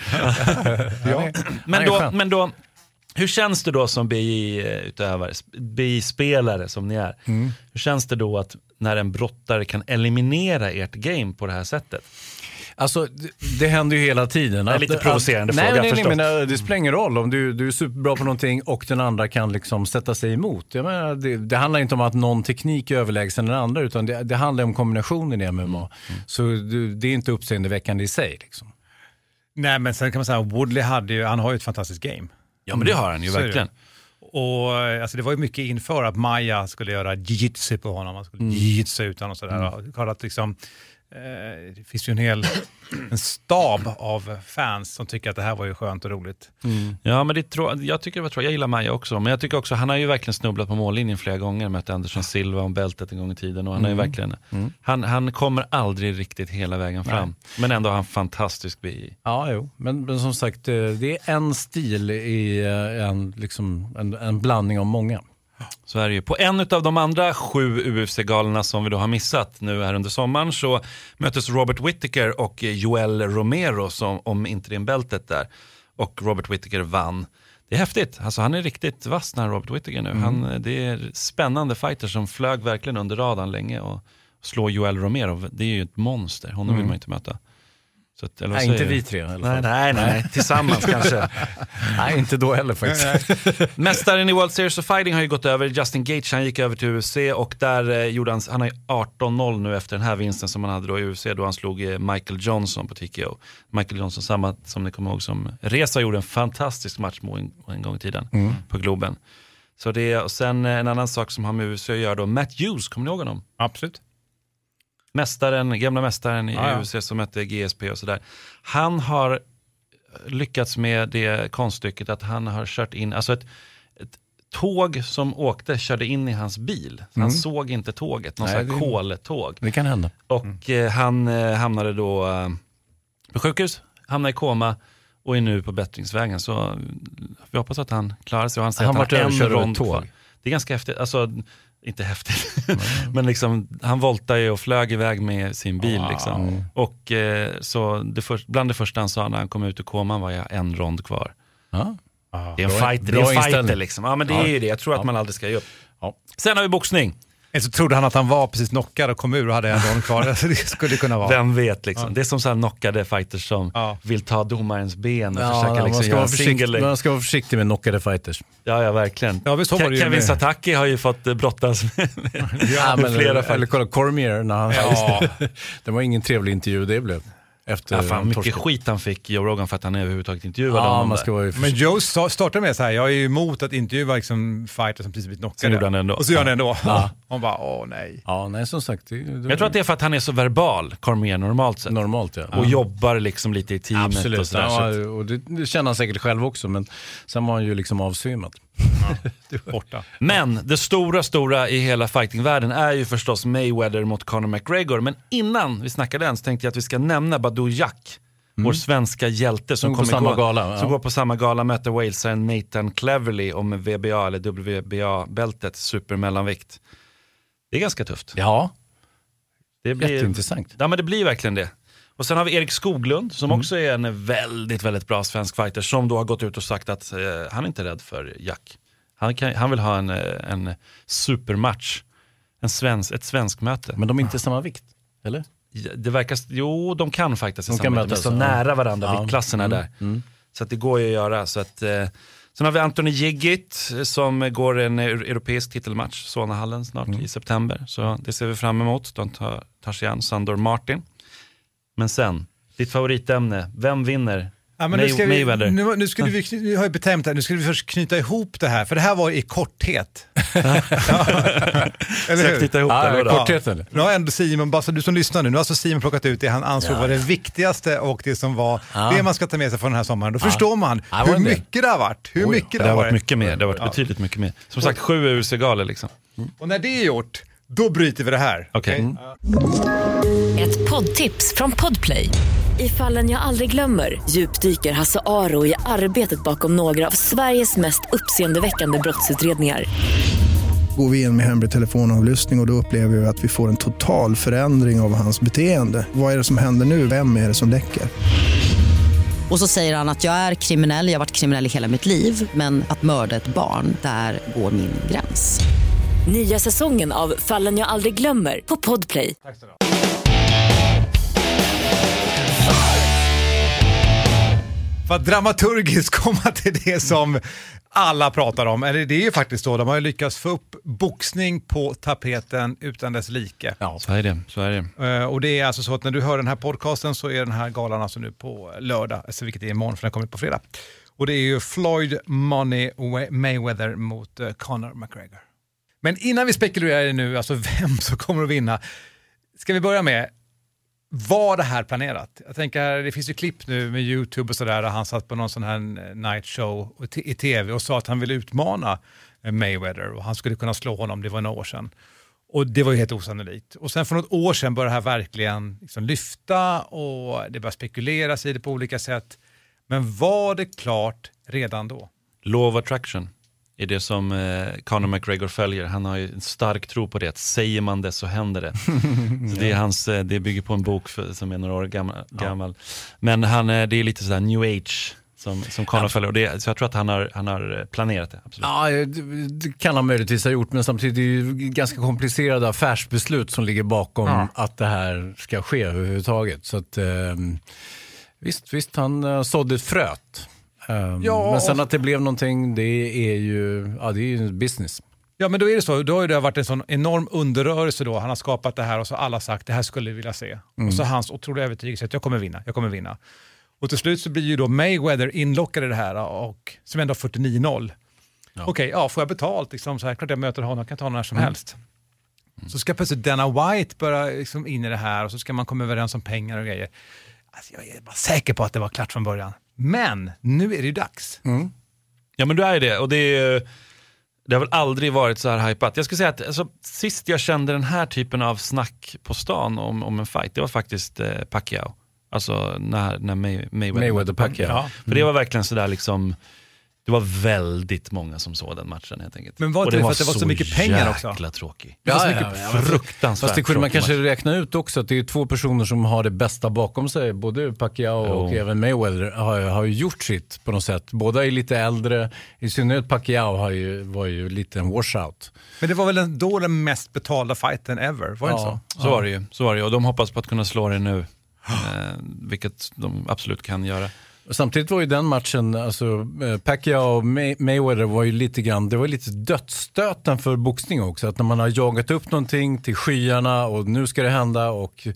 ja. men, då, men då, hur känns det då som B I-utövare, B I-spelare som ni är? Mm. Hur känns det då att när en brottare kan eliminera ert game på det här sättet? Alltså, det, det händer ju hela tiden. Det är lite provocerande att, fråga, nej, jag nej, nej, men det spelar ingen roll om du, du är superbra på någonting och den andra kan liksom sätta sig emot. Jag menar, det, det handlar inte om att någon teknik är överlägsen den andra utan det, det handlar om kombinationen i M M A. Mm. Mm. Så det, det är inte uppseendeväckande i sig. Liksom. Nej, men sen kan man säga att Woodley hade ju, han har ju ett fantastiskt game. Ja, men det har han ju Så verkligen. Och alltså, det var ju mycket inför att Maia skulle göra jiu-jitsu på honom. Han skulle mm. jiu-jitsu utan och sådär. Mm. Att liksom, eh, det finns ju en hel en stab av fans som tycker att det här var ju skönt och roligt. Mm. Ja, men det tror, jag tycker det var tror jag gillar Maia också. Men jag tycker också, han har ju verkligen snubblat på mållinjen flera gånger. Mötte Anderson Silva om bältet en gång i tiden. Och han, mm. är verkligen, mm. han, han kommer aldrig riktigt hela vägen fram. Nej. Men ändå har han fantastisk B I. Ja, jo. Men, men som sagt, det är en stil i en, liksom, en, en blandning av många. Så är det ju. På en av de andra sju U F C-galerna som vi då har missat nu här under sommaren så möttes Robert Whittaker och Joel Romero som, om interimbältet där. Och Robert Whittaker vann. Det är häftigt. Alltså, han är riktigt vass den här Robert Whittaker nu. Mm. Han, det är spännande fighter som flög verkligen under radarn länge och slår Joel Romero. Det är ju ett monster. Honom mm. vill man inte möta. Så att, nej, inte vi tre i alla fall. Nej, nej, nej. Tillsammans kanske. Nej, inte då heller faktiskt. Mästaren i World Series of Fighting har ju gått över. Justin Gaethje, han gick över till U F C och där eh, gjorde han, han har ju arton noll nu efter den här vinsten som han hade då i U F C då han slog eh, Michael Johnson på T K O. Michael Johnson, samma som ni kommer ihåg som Reza gjorde en fantastisk match mot en, en gång i tiden mm. på Globen. Så det, och sen en annan sak som har med U F C att göra då, Matt Hughes, kommer ni ihåg honom? Absolut. Mästaren, gamla mästaren i ah, ja. U F C som hette G S P och sådär. Han har lyckats med det konststycket att han har kört in, alltså ett, ett tåg som åkte körde in i hans bil. Mm. Han såg inte tåget, någon sån här koltåg. Det kan hända. Och mm. eh, han eh, hamnade då eh, på sjukhus, hamnade i koma och är nu på bättringsvägen. Så vi hoppas att han klarar sig och han säger han att han har en rond tåg. Kvar. Det är ganska häftigt, alltså inte häftigt, mm. men liksom han voltade ju och flög iväg med sin bil wow. liksom. Och eh, så det för, bland det första han sa när han kom ut ur koman var jag en rond kvar. Ja. Det är en fighter, det är en fighter liksom. Ja, men det ja. är ju det. Jag tror ja. att man aldrig ska ge upp. Ja. Sen har vi boxning. Eller så trodde han att han var precis knockad och kom ur och hade en rond kvar. Alltså, det skulle kunna vara. Vem vet liksom. Ja. Det är som så här knockade fighters som ja. vill ta domarens ben och Ja, försöka man, liksom ska göra vara försiktig, single. man ska vara försiktig med knockade fighters. Ja, ja, verkligen. Ja, visst, så var det ju Kevin med- Sataki har ju fått eh, brottas med, Ja, med men, flera eller, fall. eller kolla Cormier när han Ja. det var ingen trevlig intervju det blev. Efter Ja, fan, mycket torsken. skit han fick, Joe Rogan, för att han överhuvudtaget intervjuade Ja, honom man där. ska vara ju Men Joe sta- startade med så här, jag är ju emot att intervjua liksom fighter som precis blivit knockade. Så gjorde han ändå. Och så gör han det ändå. Ja. Han bara, åh nej. Ja, nej som sagt. Det, det, Jag tror att det är för att han är så verbal, Cormier, normalt sett. normalt ja. Och jobbar liksom lite i teamet Absolut, och sådär. ja, Så att, och det, det känner han säkert själv också, men sen var han ju liksom avsvimmad. Borta. men det stora, stora i hela fightingvärlden är ju förstås Mayweather mot Conor McGregor. Men innan vi snackar den så tänkte jag att vi ska nämna Badou Jack, vår svenska hjälte som, Som går på kommer samma gå, gala, ja. som går på samma gala, möter walesaren Nathan Cleverly om V B A eller W B A-bältet, supermellanvikt. Det är ganska tufft. Ja, Det blir, jätteintressant. ja, men det blir verkligen det. Och sen har vi Erik Skoglund som också är en väldigt, väldigt bra svensk fighter som då har gått ut och sagt att eh, han är inte rädd för Jack. Han, kan, han vill ha en, eh, en supermatch, en svensk, ett svensk möte. Men de är inte samma vikt, eller? Ja, det verkar, jo, de kan faktiskt De kan möte, mötas, så ja. nära varandra, Ja. viktklasserna Mm, där. mm. Så att det går ju att göra. Så att, eh, sen har vi Anthony Jiggit eh, som går en eh, europeisk titelmatch, Solnahallen snart Mm. i september. Så det ser vi fram emot. De tar, tar sig an Sandor Martin. Men sen, ditt favoritämne, vem vinner? Ja, men nu, May- ska vi, Mayweather. nu, nu, skulle vi, kny- nu har jag betämt här, nu skulle vi först knyta ihop det här, för det här var i korthet. Eller Ska jag knyta ihop det? Ja, eller vadå? korthet eller? Nu har ändå Simon, bara så du som lyssnar nu, nu har alltså Simon plockat ut det han ansåg Ja. var det viktigaste och det som var Ja. det man ska ta med sig från den här sommaren. Då förstår man Ja, det hur var det. mycket det har varit. Hur Oj, mycket Det har varit mycket mer, det har varit betydligt mycket mer. Som sagt, sju U F C-galor liksom. Och när det är gjort, då bryter vi det här. Okej. Okej? Ett poddtips från Podplay. I Fallen jag aldrig glömmer djupdyker Hasse Aro i arbetet bakom några av Sveriges mest uppseendeväckande brottsutredningar. Går vi in med hemlig telefonavlyssning och, och då upplever vi att vi får en total förändring av hans beteende. Vad är det som händer nu? Vem är det som läcker? Och så säger han att jag är kriminell, jag har varit kriminell i hela mitt liv, men att mörda ett barn, där går min gräns. Nya säsongen av Fallen jag aldrig glömmer på Podplay. Tack så mycket. För att dramaturgiskt komma till det som alla pratar om, eller det är ju faktiskt så, de har ju lyckats få upp boxning på tapeten utan dess like. Ja. Så är det, så är det. Uh, och det är alltså så att när du hör den här podcasten så är den här galan alltså nu på lördag, alltså vilket är imorgon för den kommer på fredag. Och det är ju Floyd Money Mayweather mot uh, Conor McGregor. Men innan vi spekulerar i nu, alltså vem som kommer att vinna, ska vi börja med, var det här planerat? Jag tänker, det finns ju klipp nu med YouTube och sådär, där han satt på någon sån här night show i tv och sa att han ville utmana Mayweather och han skulle kunna slå honom, det var några år sedan. Och det var ju helt osannolikt. Och sen för något år sedan började det här verkligen liksom lyfta och det började spekuleras i det på olika sätt. Men var det klart redan då? Law of attraction är det som eh, Conor McGregor följer. Han har ju en stark tro på det. Att säger man det så händer det. Så det, är hans, eh, det bygger på en bok för, som är några år gammal. gammal. Men han, eh, det är lite sådär new age som, som Conor följer. Och det, så jag tror att han har, han har planerat det. Absolut. Ja, det, det kan han möjligtvis ha gjort, men samtidigt är det ju ganska komplicerade affärsbeslut som ligger bakom Ja. att det här ska ske överhuvudtaget. Så att, eh, visst, visst, han uh, sådde ett fröt. Um, Ja, men sen och- att det blev någonting, det är ju, ja, det är ju business. Ja, men då är det så. Då har det varit en sån enorm underrörelse då. Han har skapat det här och så har alla sagt det här skulle vi vilja se. Mm. Och så hans otroliga övertygelse att jag kommer vinna, jag kommer vinna. Och till slut så blir ju då Mayweather inlockad i det här och som ändå har fyrtionio noll. Ja. Okej, ja, får jag betalt liksom, så här, klart jag möter honom, jag kan ta honom när som Mm. helst. Så ska plötsligt Dana White börja liksom in i det här och så ska man komma överens om pengar och grejer. Alltså, jag är bara säker på att det var klart från början. Men nu är det ju dags. Mm. Ja, men du är det. Och det är, det har väl aldrig varit så här hypat. Jag skulle säga att alltså, sist jag kände den här typen av snack på stan om, om en fight, det var faktiskt eh, Pacquiao. Alltså när, när May, Mayweather, Mayweather Pacquiao. Ja. För det var verkligen sådär liksom, Det var väldigt många som såg den matchen helt enkelt. Men var det för att det var så mycket pengar också? Jäkla tråkig. Det var så Ja, mycket ja, ja. fruktansvärt Fast det kunde man tråkig kanske match. räkna ut också att det är två personer som har det bästa bakom sig. Både Pacquiao och Jo. även Mayweather har, har ju gjort sitt på något sätt. Båda är lite äldre. I synnerhet Pacquiao har ju, var ju lite en washout. Men det var väl den, då den mest betalda fighten ever, var det Ja. inte så? Så var det ju. Så var det ju. Och de hoppas på att kunna slå det nu. eh, vilket de absolut kan göra. Samtidigt var ju den matchen, alltså eh, Pacquiao och May- Mayweather var ju lite grann, det var lite dödsstöten för boxning också. Att när man har jagat upp någonting till skyarna och nu ska det hända och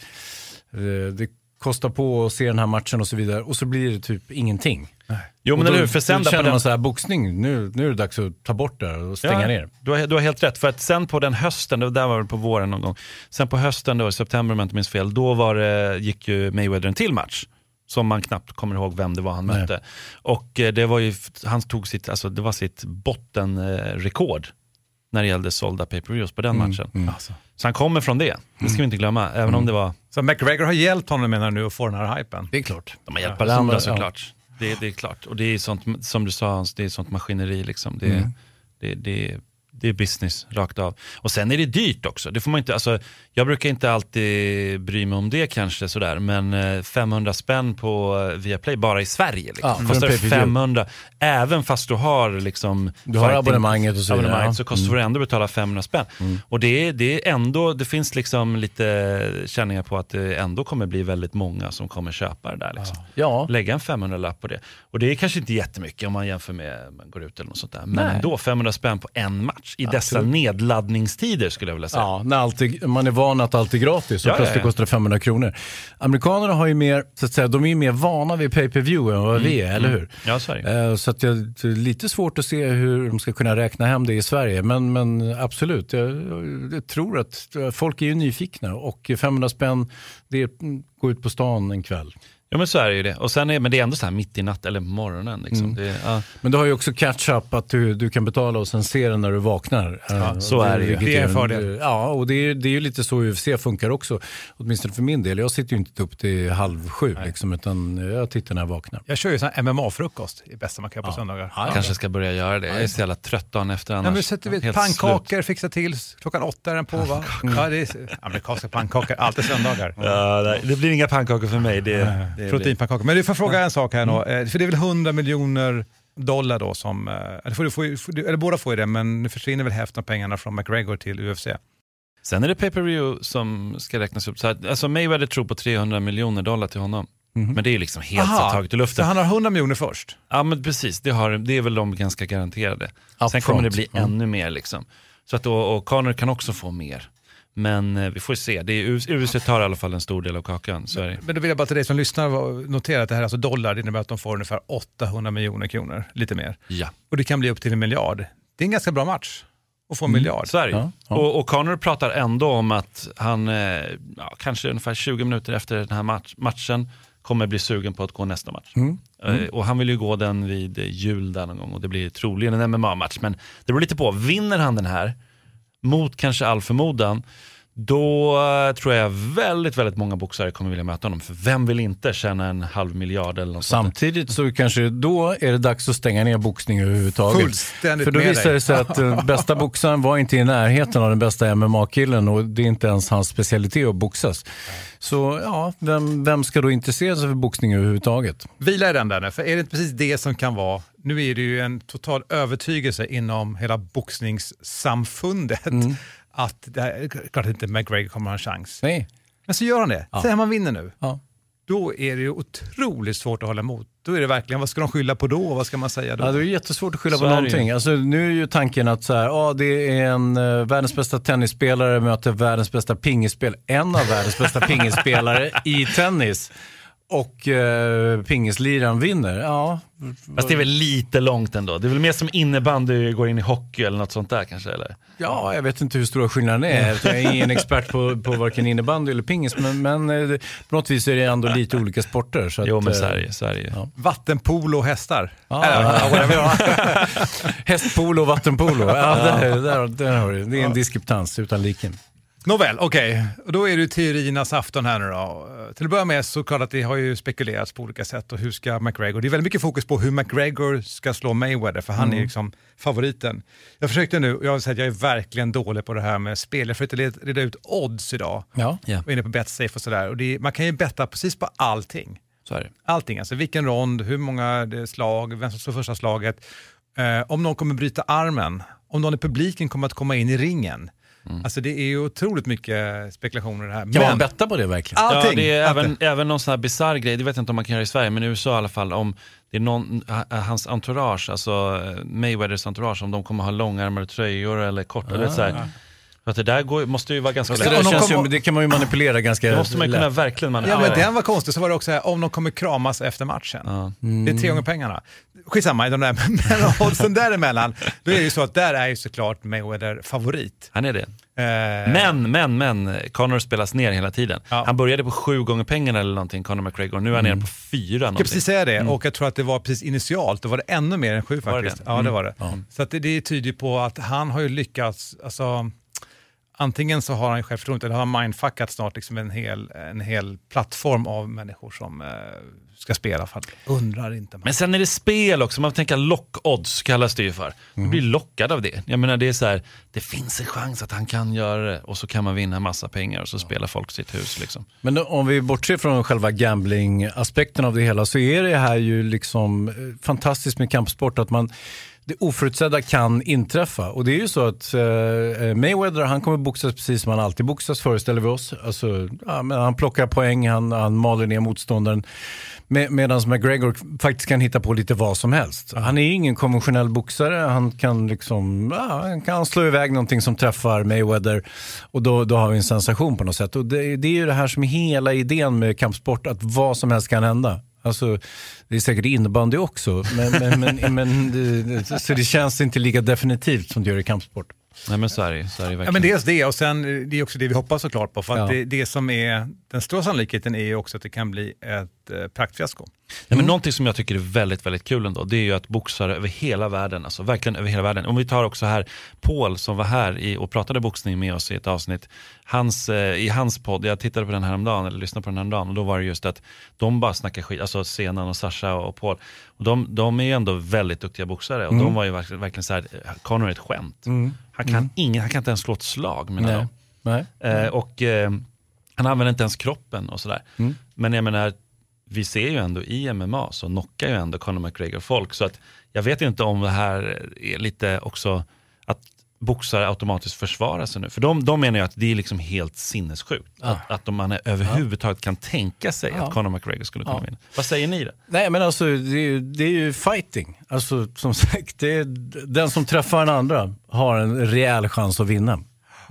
eh, det kostar på att se den här matchen och så vidare. Och så blir det typ ingenting. Jo, men Och då, eller hur? För sen då där på känner den... man så här, boxning, nu, nu är det dags att ta bort det och stänga Ja, ner. Du har, du har helt rätt, för att sen på den hösten, det där var väl på våren någon gång, sen på hösten då, i september om jag inte minns fel, då var det, gick ju Mayweather en till match som man knappt kommer ihåg vem det var han Nej. mötte. Och eh, det var ju, han tog sitt, alltså det var sitt bottenrekord eh, när det gällde sålda pay-per-views på den Mm, matchen. mm. Alltså. Så han kommer från det, det ska vi inte glömma, även om det var... Så McGregor har hjälpt honom menar nu att få den här hypen. Det är klart. De har hjälpt Ja, varandra ja. såklart. Det, det är klart. Och det är sånt, som du sa Hans, det är sånt maskineri liksom. Det, Mm. det, det, det är business rakt av. Och sen är det dyrt också. Det får man inte, alltså, jag brukar inte alltid bry mig om det kanske sådär, men eh, femhundra spänn på eh, Viaplay bara i Sverige liksom. Ja, för en Kostar pay-per-view. femhundra, även fast du har liksom Du har fighting- abonnemanget och så vidare, abonnemanget, ja. så kostar Mm. du ändå betala femhundra spänn. Mm. Och det är, det är ändå, det finns liksom lite känningar på att det ändå kommer bli väldigt många som kommer köpa det där liksom. Ja. Lägga en femhundra-lapp på det. Och det är kanske inte jättemycket om man jämför med man går ut eller något sånt där. Men Nej. ändå femhundra spänn på en match i dessa Absolut. nedladdningstider skulle jag vilja säga. Ja, när allt är, man är van att allt är gratis och Ja, plötsligt ja, ja. kostar det femhundra kronor. Amerikanerna har ju mer, så att säga, de är ju mer vana vid pay-per-view än vad vi är, eller hur? Ja, så är det. Eh, Så att jag, det är lite svårt att se hur de ska kunna räkna hem det i Sverige. Men, men absolut, jag, jag tror att folk är ju nyfikna och femhundra spänn, det är, gå ut på stan en kväll. Ja, men så är det ju det. Och sen är, men det är ändå så här mitt i natt eller morgonen liksom. Mm. Det, ja. Men du har ju också catch-up att du, du kan betala och sen se den när du vaknar. Ja, så är det ju. vilket Det är en ju fördel. Ja, och det är, det är ju lite så U F C funkar också. Åtminstone för min del. Jag sitter ju inte upp till halv sju liksom, utan jag tittar när jag vaknar. Jag kör ju sån här M M A-frukost i bästa man kan på söndagar. Jag kanske ska börja göra det. Jag är så jävla trött dagen efter annars. Ja, men sätter vi Helt pannkakor, slut. fixa till, klockan åtta är den på va? Ja, det är amerikanska pannkakor, alltid söndagar. Ja, nej, det blir inga pannkakor för mig. Det, det blir- Proteinpannkakor. Men du får fråga en sak här nu, eh, för det är väl hundra miljoner dollar då som, eh, eller, får du, får, får du, eller båda får ju det, men nu försvinner väl hälften av pengarna från McGregor till U F C. Sen är det pay-per-view som ska räknas upp. Så här, alltså Mayweather tror på trehundra miljoner dollar till honom. Mhm. Men det är liksom helt Aha, så taget i Så luften. han har hundra miljoner först? Ja, men precis. Det, har, det är väl de ganska garanterade. Up Sen kommer front. det bli Mm. ännu mer liksom. Så att, och, och Conor kan också få mer. Men eh, vi får se. Det är, U F C tar i alla fall en stor del av kakan. Så är det. Men då vill jag bara till dig som lyssnar va- notera att det här är alltså dollar, det innebär att de får ungefär åttahundra miljoner kronor, lite mer. Ja. Och det kan bli upp till en miljard. Det är en ganska bra match att få en miljard. Så är det. Ja, ja. Och, och Conor pratar ändå om att han eh, ja, kanske ungefär tjugo minuter efter den här match, matchen kommer bli sugen på att gå nästa match. Mm. Eh, och han vill ju gå den vid eh, jul där någon gång och det blir troligen en M M A-match. Men det beror lite på, vinner han den här mot kanske all förmodan, då eh, tror jag väldigt, väldigt många boxare kommer vilja möta honom. För vem vill inte tjäna en halv miljard eller något sånt där? Samtidigt så kanske då är det dags att stänga ner boxning överhuvudtaget. Fullständigt För då med visar dig. det sig att den bästa boxaren var inte i närheten av den bästa M M A-killen och det är inte ens hans specialitet att boxas. Så ja, vem, vem ska då intressera sig för boxning överhuvudtaget? Vila i den där nu, för är det inte precis det som kan vara, nu är det ju en total övertygelse inom hela boxningssamfundet att det här, klart inte McGregor kommer ha en chans. Nej. Men så gör han det. Ja. Säg man vinner nu. Ja. Då är det ju otroligt svårt att hålla emot. Då är det verkligen, vad ska de skylla på då? Vad ska man säga då? Ja, det är jättesvårt att skylla Så på är det ju. någonting. Alltså, nu är ju tanken att så här, ja, det är en uh, världens bästa tennisspelare möter världens bästa pingisspelare. En av världens bästa pingisspelare i tennis. Och uh, pingisliraren vinner. Ja. Fast det är väl lite långt ändå. Det är väl mer som innebandy går in i hockey eller något sånt där kanske, eller? Ja, jag vet inte hur stora skillnaden är. Jag är ingen expert på, på varken innebandy eller pingis. Men, men eh, det- på något vis är det ändå lite olika sporter. Så att, Jo, men eh, Sverige, Sverige. ja. Vattenpolo och hästar. Ja, Eller, ja, ja, whatever. Hästpolo och vattenpolo. Ja, där, där, där har du. Det är en diskreptans utan liken. Nåväl, okej. Okay. Och då är det teoriernas afton här nu då. Till att börja med så klart att det har ju spekulerats på olika sätt och hur ska McGregor, det är väldigt mycket fokus på hur McGregor ska slå Mayweather för han mm. är liksom favoriten. Jag försökte nu, jag har sagt att jag är verkligen dålig på det här med spel. Jag försökte reda ut odds idag. Ja. Jag var inne på BetSafe och sådär och det, man kan ju betta precis på allting. Så är det. Allting, alltså vilken rond, hur många slag, vem som slår första slaget. Eh, om någon kommer bryta armen, om någon i publiken kommer att komma in i ringen. Mm. Alltså det är ju otroligt mycket spekulationer det här. Kan men, man betta på det verkligen? Allting. Ja, det är även, även någon sån här bizarr grej, det vet jag inte om man kan göra i Sverige, men i U S A i alla fall, om det är någon, hans entourage, alltså Mayweathers entourage, om de kommer ha långärmade tröjor eller korta, ah. så här. För att det där går, måste ju vara ganska lätt. Det, känns ju, det kan man ju manipulera ganska det måste man lätt. Kunna verkligen manipulera. Ja, men den var konstig. Så var det också här, om de kommer kramas efter matchen. Ja. Mm. Det är tre gånger pengarna. Skitsamma i de där, men oddsen däremellan, då är det ju så att där är ju såklart Mayweather favorit. Han är det. Eh. Men, men, men, Conor spelas ner hela tiden. Ja. Han började på sju gånger pengarna eller någonting, Conor McGregor. Nu är han mm. nere på fyra. Jag kan precis säga det. Mm. Och jag tror att det var precis initialt. Då var det ännu mer än sju faktiskt. Det? Ja, mm. det var det. Mm. Så att det, det är tydligt på att han har ju lyckats, alltså antingen så har han självförtroende eller har han mindfuckat snart liksom en hel, en hel plattform av människor som eh, ska spela för att undrar inte. Man. Men sen är det spel också, man tänker lock-odds kallas det ju för. Man mm. blir lockad av det. Jag menar det är så här, det finns en chans att han kan göra det och så kan man vinna massa pengar och så ja. spelar folk sitt hus liksom. Men om vi bortser från själva gambling-aspekten av det hela så är det här ju liksom fantastiskt med kampsport att man det oförutsedda kan inträffa. Och det är ju så att eh, Mayweather, han kommer boxas precis som han alltid boxas, föreställer vi oss. Alltså, ja, men han plockar poäng, han, han maler ner motståndaren. Med, medan McGregor faktiskt kan hitta på lite vad som helst. Han är ju ingen konventionell boxare. Han kan liksom, ja, han kan slå iväg någonting som träffar Mayweather. Och då, då har vi en sensation på något sätt. Och det, det är ju det här som är hela idén med kampsport, att vad som helst kan hända. Alltså, det är säkert innebandy också, men, men, men, men det, så det känns inte lika definitivt som det gör i kampsport. Nej men så är det, så är det verkligen. Ja men dels det och sen det är också det vi hoppas såklart på för att ja. det, det som är den stora sannolikheten är ju också att det kan bli ett eh, praktfiasko. Ja, men någonting som jag tycker är väldigt, väldigt kul ändå, det är ju att boxare över hela världen, alltså verkligen över hela världen. Om vi tar också här Paul som var här i, och pratade boxning med oss i ett avsnitt, hans, eh, i hans podd, jag tittade på den här dagen eller lyssnade på den här dagen och då var det just att de bara snackar skit, alltså Senan och Sasha och Paul. Och de, de är ju ändå väldigt duktiga boxare och mm. de var ju verkligen, verkligen så här, Conor är ett skämt. Mm. Han kan mm. ingen, han kan inte ens slå ett slag med dem. Nej. Eh, och eh, han använder inte ens kroppen och sådär. Mm. Men jag menar, vi ser ju ändå i M M A så knockar ju ändå Conor McGregor folk. Så att jag vet inte om det här är lite också att boxare automatiskt försvarar sig nu. För de, de menar ju att det är liksom helt sinnessjukt. Ja. Att, att man är överhuvudtaget kan tänka sig ja. att Conor McGregor skulle kunna ja. vinna. Vad säger ni då? Nej men alltså det är ju, det är ju fighting. Alltså som sagt, det är, den som träffar en andra har en rejäl chans att vinna.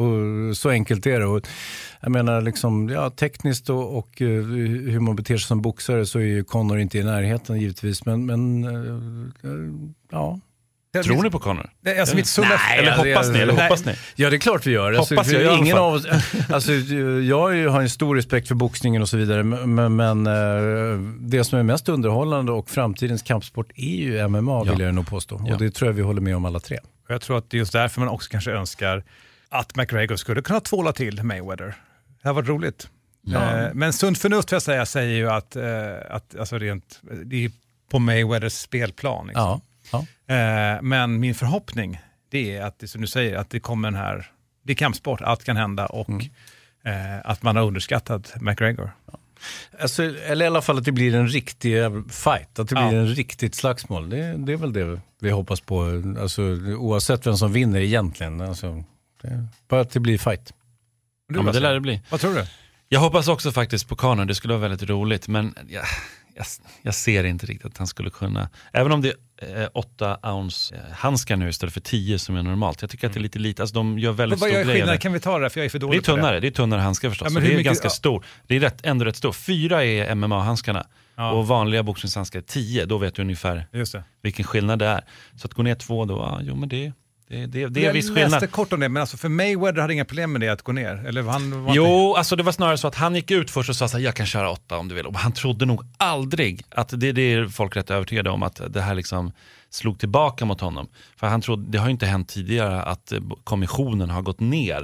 Och så enkelt är det. Och jag menar liksom, ja, tekniskt och, och uh, hur man beter sig som boxare så är ju Conor inte i närheten givetvis. Men, men uh, uh, ja... Tror ni på Conor? Nej, alltså mitt sunda... nej, eller hoppas det, ni? Eller nej. hoppas ni? Ja, det är klart vi gör. Hoppas alltså, jag, jag ingen av oss, alltså, jag har en stor respekt för boxningen och så vidare. Men, men uh, det som är mest underhållande och framtidens kampsport är ju M M A, ja. vill jag nog påstå. Ja. Och det tror jag vi håller med om alla tre. Jag tror att det är just därför man också kanske önskar att McGregor skulle kunna tvåla till Mayweather. Det har varit roligt. Ja. Uh, men sunt förnuft, jag säga, säger ju att, uh, att alltså rent, det är på Mayweathers spelplan. Liksom. Ja. Ja. Eh, men min förhoppning det är att det som du säger att det kommer den här, det är kampsport, allt kan hända och mm. eh, att man har underskattat McGregor. Ja. Alltså, eller i alla fall att det blir en riktig fight, att det blir ja. en riktigt slagsmål. Det, det är väl det vi hoppas på, alltså, oavsett vem som vinner egentligen. Alltså, det, bara att det blir fight. Ja, men det lär det bli. Vad tror du? Jag hoppas också faktiskt på Conor, det skulle vara väldigt roligt, men jag, jag, jag ser inte riktigt att han skulle kunna, även om det är åtta ounce handskar nu istället för tio som är normalt. Jag tycker att det är lite lite, alltså de gör väldigt stor grej. Vad kan vi ta det för jag är för dålig det är tunnare, det är tunnare handskar förstås. Ja, det är mycket, ganska ja. stor. Det är rätt, ändå rätt stor. Fyra är M M A-handskarna ja. och vanliga boxningshandskar tio, då vet du ungefär Just det. vilken skillnad det är. Så att gå ner två då, ja, jo men det Det, det, det är viss skillnad. Jag läste kort om det, men alltså för Mayweather hade inga problem med det att gå ner. Eller han var jo, inte... alltså det var snarare så att han gick ut först och sa så här, jag kan köra åtta om du vill. Och han trodde nog aldrig att det, det är folk rätt övertygade om att det här liksom slog tillbaka mot honom. För han trodde, det har ju inte hänt tidigare att kommissionen har gått ner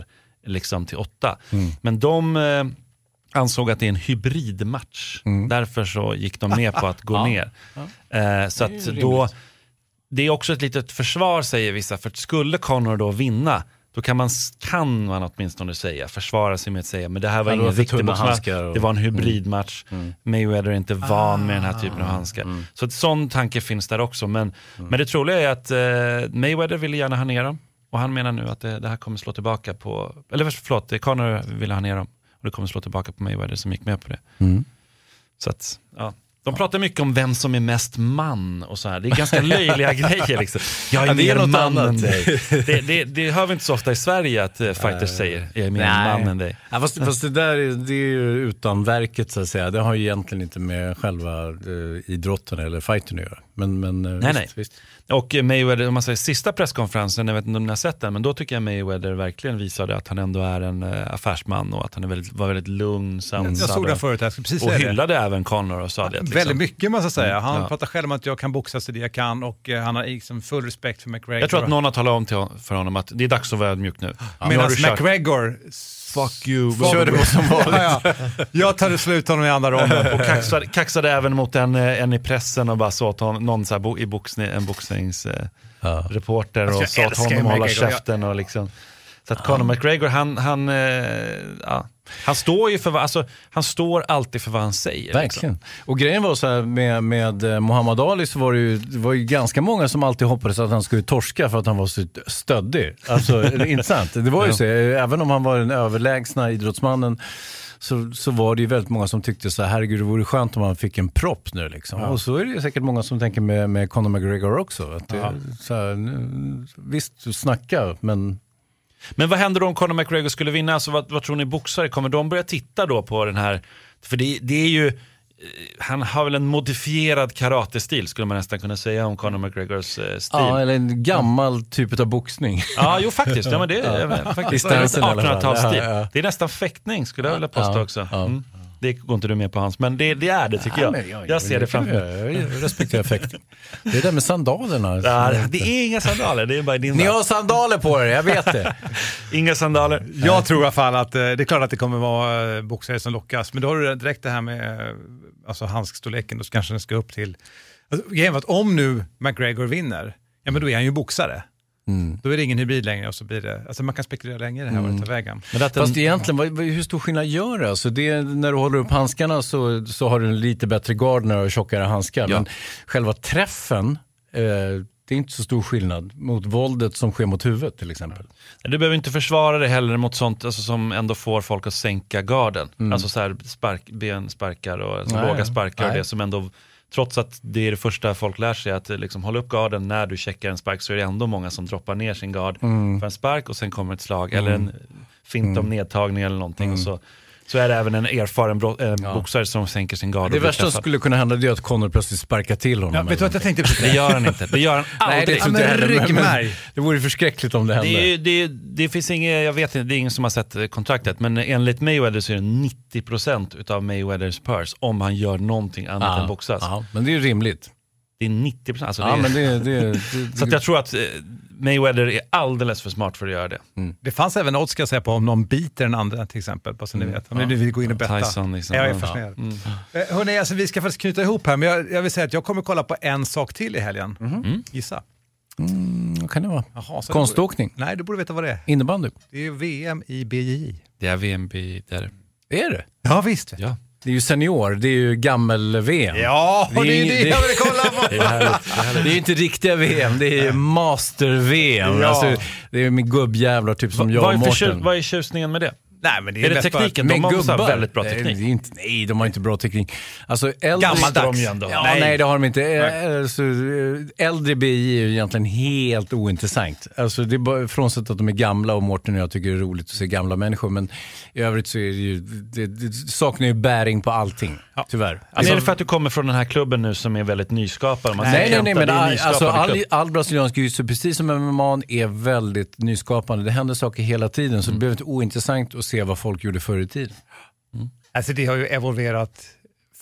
liksom till åtta. Mm. Men de eh, ansåg att det är en hybridmatch. Mm. Därför så gick de med på att gå Ja. ner. Ja. Eh, så Det är att ju då, rimligt. det är också ett litet försvar, säger vissa. För skulle Conor då vinna, då kan man, kan man åtminstone säga, försvara sig med att säga, men det här var Ja, det ingen var för riktig tunna boxmatch. handskar och- Det var en hybridmatch. Mm. Mayweather är inte van med den här typen av handskar. Mm. Så ett sån tanke finns där också. Men, men det troliga är att eh, Mayweather ville gärna ha ner dem. Och han menar nu att det, det här kommer slå tillbaka på, eller förlåt, det Conor ville ha ner dem. Och det kommer slå tillbaka på Mayweather som gick med på det. Mm. Så att, ja. De pratar mycket om vem som är mest man och så här. Det är ganska löjliga grejer liksom. Jag är Ja, det är mer något man annat. än dig. Det, det, det hör vi inte så ofta i Sverige att uh, fighters uh, säger jag är mer nej. man än dig. Ja, fast, fast det där är, det är ju utan verket så att säga. Det har ju egentligen inte med själva uh, idrotten eller fighten att göra. Men, men uh, nej, visst, nej. visst. Och Mayweather, om man säger sista presskonferensen, jag vet inte om ni har sett den, men då tycker jag Mayweather verkligen visade att han ändå är en uh, affärsman och att han är väldigt, var väldigt lugn, sansad. Jag såg den förut, jag ska precis och säga hyllade det. Även Conor och sa det. Liksom. Väldigt mycket man ska säga. Han ja. pratar själv om att jag kan boxa så det jag kan och uh, han har liksom full respekt för McGregor. Jag tror att någon har talat om till hon, för honom att det är dags att vara ödmjuk nu. Ja. Medan McGregor fuck you. Körde på som vanligt. ja, ja. Jag tar det slut honom i andra ronden. Och kaxade, kaxade även mot en, en i pressen och bara sa att hon, någon så här bo, i boxning, en boxningsreporter eh, ja. och sa att honom hålla käften och liksom. Så att ja. Conor McGregor, han, han, eh, ja, han står ju för vad, alltså, han står alltid för vad han säger. Verkligen. Liksom. Och grejen var så här med, med Muhammad Ali så var det, ju, det var ju ganska många som alltid hoppades att han skulle torska för att han var så stöddig. Alltså, inte sant? Det var ju så, även om han var den överlägsna idrottsmannen så, så var det ju väldigt många som tyckte så här, herregud, det vore skönt om han fick en propp nu liksom. Ja. Och så är det ju säkert många som tänker med, med Conor McGregor också. Att det, ja. så här, visst, snacka, men... Men vad händer då om Conor McGregor skulle vinna? Alltså, vad, vad tror ni boxare? Kommer de börja titta då på den här? För det, det är ju, han har väl en modifierad karatestil skulle man nästan kunna säga om Conor McGregors eh, stil. Ja, eller en gammal typ av boxning. Ja, jo faktiskt. Ja, men det är ja. faktiskt artonhundratalsstil. Ja, ja. Det är nästan fäktning skulle jag vilja påstå ja, också. Ja. Mm. Det går inte du med på Hans, men det, det är det tycker jag. Ja, jag, jag ser det framför mig. Jag respekterar fäktning. Det är det med sandalerna. Ja, det är inga sandaler, det är bara din. Ni har sandaler på er, jag vet det. Inga sandaler. Jag Nej. tror i alla fall att det är klart att det kommer vara boxare som lockas, men då har du direkt det här med alltså handskstorleken, då kanske den ska upp till. Alltså, grejen var att om nu McGregor vinner, ja men då är han ju boxare. Mm. Då är det ingen hybrid längre och så blir det, alltså man kan spekulera länge det här mm. var vägen. Men Fast en... egentligen, vad, hur stor skillnad gör det? Alltså det? När du håller upp handskarna så, så har du en lite bättre gard när du har tjockare handskar. Ja. Men själva träffen, eh, det är inte så stor skillnad mot våldet som sker mot huvudet till exempel. Du behöver inte försvara det heller mot sånt alltså, som ändå får folk att sänka garden. Mm. Alltså så här spark, bensparkar och alltså, nej, låga sparkar och nej. det som ändå... Trots att det är det första folk lär sig att liksom, hålla upp garden när du checkar en spark så är det ändå många som droppar ner sin gard mm. för en spark och sen kommer ett slag mm. eller en fint om mm. nedtagning eller någonting mm. och så, så är det även en erfaren bro- äh, ja. boxare som sänker sin gard. Det värsta som skulle kunna hända är att Conor plötsligt sparkar till honom. Ja, vet du vad jag tänkte precis? Det gör han inte. Det gör han aldrig. Nej, det, inte heller, men, men, det vore förskräckligt om det hände. Det, är, det, det finns inget, jag vet inte, det är ingen som har sett kontraktet, men enligt Mayweather så är det nittio procent utav Mayweathers purse om han gör någonting annat ja, än boxas. Ja, men det är ju rimligt. Det är nittio procent. Alltså ja, det, men det, det, det, så att jag tror att Mayweather är alldeles för smart för att göra det. Mm. Det fanns även odds ska jag säga på om någon biter den andra till exempel, bara så ni vet. Om ja. ni vill gå in och betta. Tyson, liksom. Jag är fascinerad. Mm. Eh, hörrni, alltså, vi ska faktiskt knyta ihop här, men jag, jag vill säga att jag kommer kolla på en sak till i helgen. Mm. Gissa. Mm, vad kan det vara? Jaha, konståkning? Borde, nej, du borde veta vad det är. Innebandy? Det är V M i B J J. Det är V M B det är det. Är det? Ja, visst. Ja. Det är ju senior, det är ju gammel-V M. Ja, det är, det är det jag vill kolla på. Det är, härligt, det är ju inte riktiga V M, det är master-V M. Ja. Alltså, det är med gubbjävlar typ som Va, jag och Mårten. Vad är tjusningen med det? Nej, men det är, är det tekniken? De har gubbar. Väldigt bra teknik. Nej, inte, nej, de har inte bra teknik. Alltså, äldre gammaldags. De ändå. Ja, nej. nej, det har de inte. Alltså, äldre B I är ju egentligen helt ointressant. Alltså, det är bara frånsett att de är gamla och Mårten och jag tycker det är roligt att se gamla människor. Men i övrigt så är det ju, det, det saknar ju bäring på allting, ja. Tyvärr. Alltså, är det för att du kommer från den här klubben nu som är väldigt nyskapad? Man nej, nej, nej, men all, alltså, all, all brasiliansk jiu-jitsu, precis som M M A, är väldigt nyskapande. Det händer saker hela tiden, så mm. det blir inte ointressant att se vad folk gjorde förr i tiden. Mm. Alltså det har ju evolverat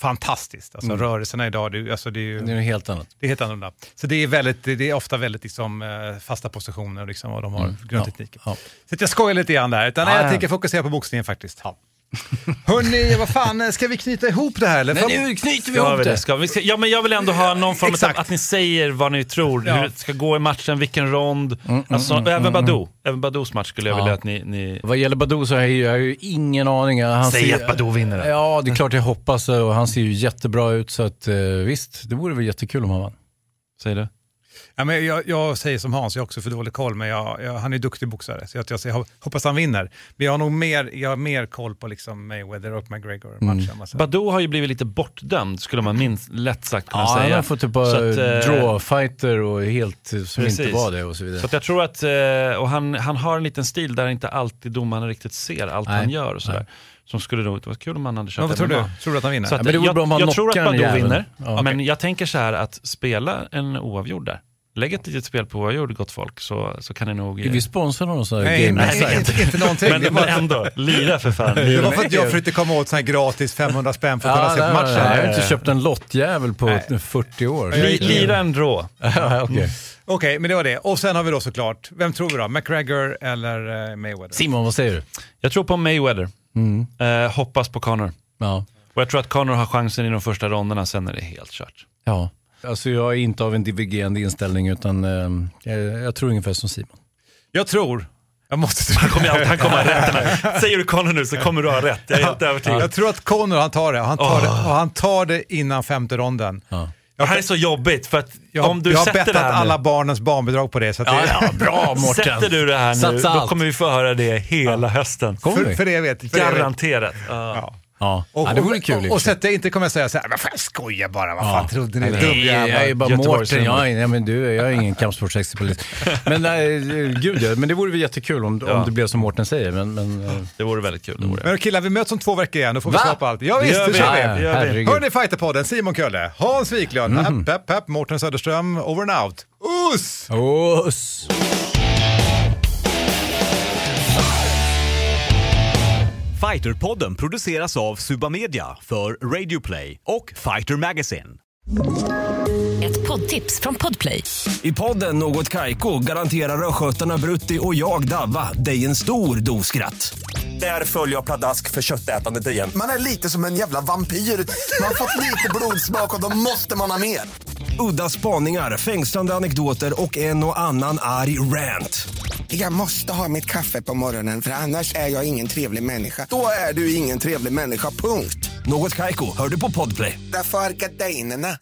fantastiskt. Alltså Mm. rörelserna idag, det, alltså, det är ju... Det är helt annat. Det är helt annorlunda. Så det är, väldigt, det är ofta väldigt liksom, eh, fasta positioner liksom, och de har mm. grundtekniken. Ja. Så att jag skojar lite grann där. Utan Ja, jag ja. tänker fokusera på boxningen faktiskt. Ja. Hörrni, vad fan, ska vi knyta ihop det här? Eller? Men nu knyter vi Ska ihop vi det. det? Ska vi, ska, ja, men jag vill ändå ha någon form av Exakt. att ni säger vad ni tror. Ja. Hur det ska gå i matchen, vilken rond. Mm, alltså, mm, även mm, Badou. Även Badous match skulle jag Ja. vilja att ni... ni... Vad gäller Badou så har jag ju, jag har ju ingen aning. Han Säg ser, att Badou vinner det. Ja, det är klart jag hoppas, och han ser ju jättebra ut, så att eh, visst, det vore väl jättekul om han vann. Säg det. Ja, men jag, jag säger som Hans, jag har också för dålig koll, men jag, jag, han är duktig boxare. Så jag, jag, jag hoppas han vinner. Men jag har nog mer, jag har mer koll på liksom Mayweather och McGregor-matchen. Mm. Badou har ju blivit lite bortdömd, skulle man minst lätt sagt kunna Ja, säga. han har fått typ bara att, eh, draw-fighter och helt som precis. inte var det och så vidare. Så att jag tror att, eh, och han, han har en liten stil där inte alltid domarna riktigt ser allt Nej. han gör och sådär. Nej. Som skulle nog, det var kul om han hade kört. Men vad tror M M A. du? Tror du att han vinner? Så att, Ja, men det vore jag bra om han jag tror att knockar en Badou jävel. vinner, Ja. men jag tänker så här att spela en oavgjord där. Lägg ett litet spel på oavgjord, gott folk, så, så kan ni nog... Är vi sponsrar någon sån här Nej, game? nej, inte, inte någonting. men, det, var, men ändå, lira för fan. det Lira. var för att jag försökte komma åt sån här gratis femhundra spänn för att Ja, kunna se på nej, matchen. nej, jag har inte köpt en lottjävel på Nej. fyrtio år. Li, lira en draw. Ja, okej. Okej, men det var det. Och sen har vi då såklart, vem tror vi då? McGregor eller eh, Mayweather? Simon, vad säger du? Jag tror på Mayweather. Mm. Eh, hoppas på Conor. Ja. Och jag tror att Conor har chansen i de första ronderna, sen är det helt kört. Ja. Alltså jag är inte av en divergerande inställning, utan eh, jag, jag tror ungefär som Simon. Jag tror, jag måste Han kommer, alltid, han kommer ha rätt här. Säger du Conor nu så kommer du ha rätt. Jag är helt övertygad. Jag tror att Conor, han tar det. Han tar, Oh. det, och han tar det innan femte ronden. Ja. Det här är så jobbigt, för att Jag, om du jag har sätter bettat det här alla nu, barnens barnbidrag på det. Så att Ja, det ja, bra Mårten. sätter du det här nu, Satsa då allt. kommer vi få höra det hela hösten. Kommer för, vi? för det jag vet. För det jag vet. Garanterat. Ja. Ja. Ja. Och, Ja, det vore kul. i och, och och för sig. sätter jag inte kommer jag säga så här, vad fan, jag skojar bara, vad fan trodde ni? Nej, Dum jag jävlar. är bara Göteborgs Mårten, humor. jag är, ja, men du, jag är ingen kampsportsexpert. Men nej, gud ja, men det vore väl jättekul om, Ja. om det blev som Mårten säger. Men, men, eh, Det vore väldigt kul. Det vore. Men killar, vi möts om två veckor igen, då får vi Va? svara på allt. Ja Det visst, gör det vi. kör vi. Ja, ja, ja, gör vi. herregud. Hörni, Fighterpodden, Simon Kölle, Hans Wiklund, Mm. pepp, pepp, Mårten Söderström, over and out. Uss! Oss! Fighterpodden produceras av Suba Media för Radio Play och Fighter Magazine. Ett poddtips från Podplay. I podden Något Kaiko garanterar östgötarna Brutti och jag Davva dig en stor dos skratt. Där följer jag pladask för köttätandet igen. Man är lite som en jävla vampyr. Man har fått lite blodsmak och då måste man ha mer. Udda spaningar, fängslande anekdoter och en och annan arg rant. Jag måste ha mitt kaffe på morgonen för annars är jag ingen trevlig människa. Då är du ingen trevlig människa, punkt. Något Kaiko, hör du på Podplay. Därför är gardinerna.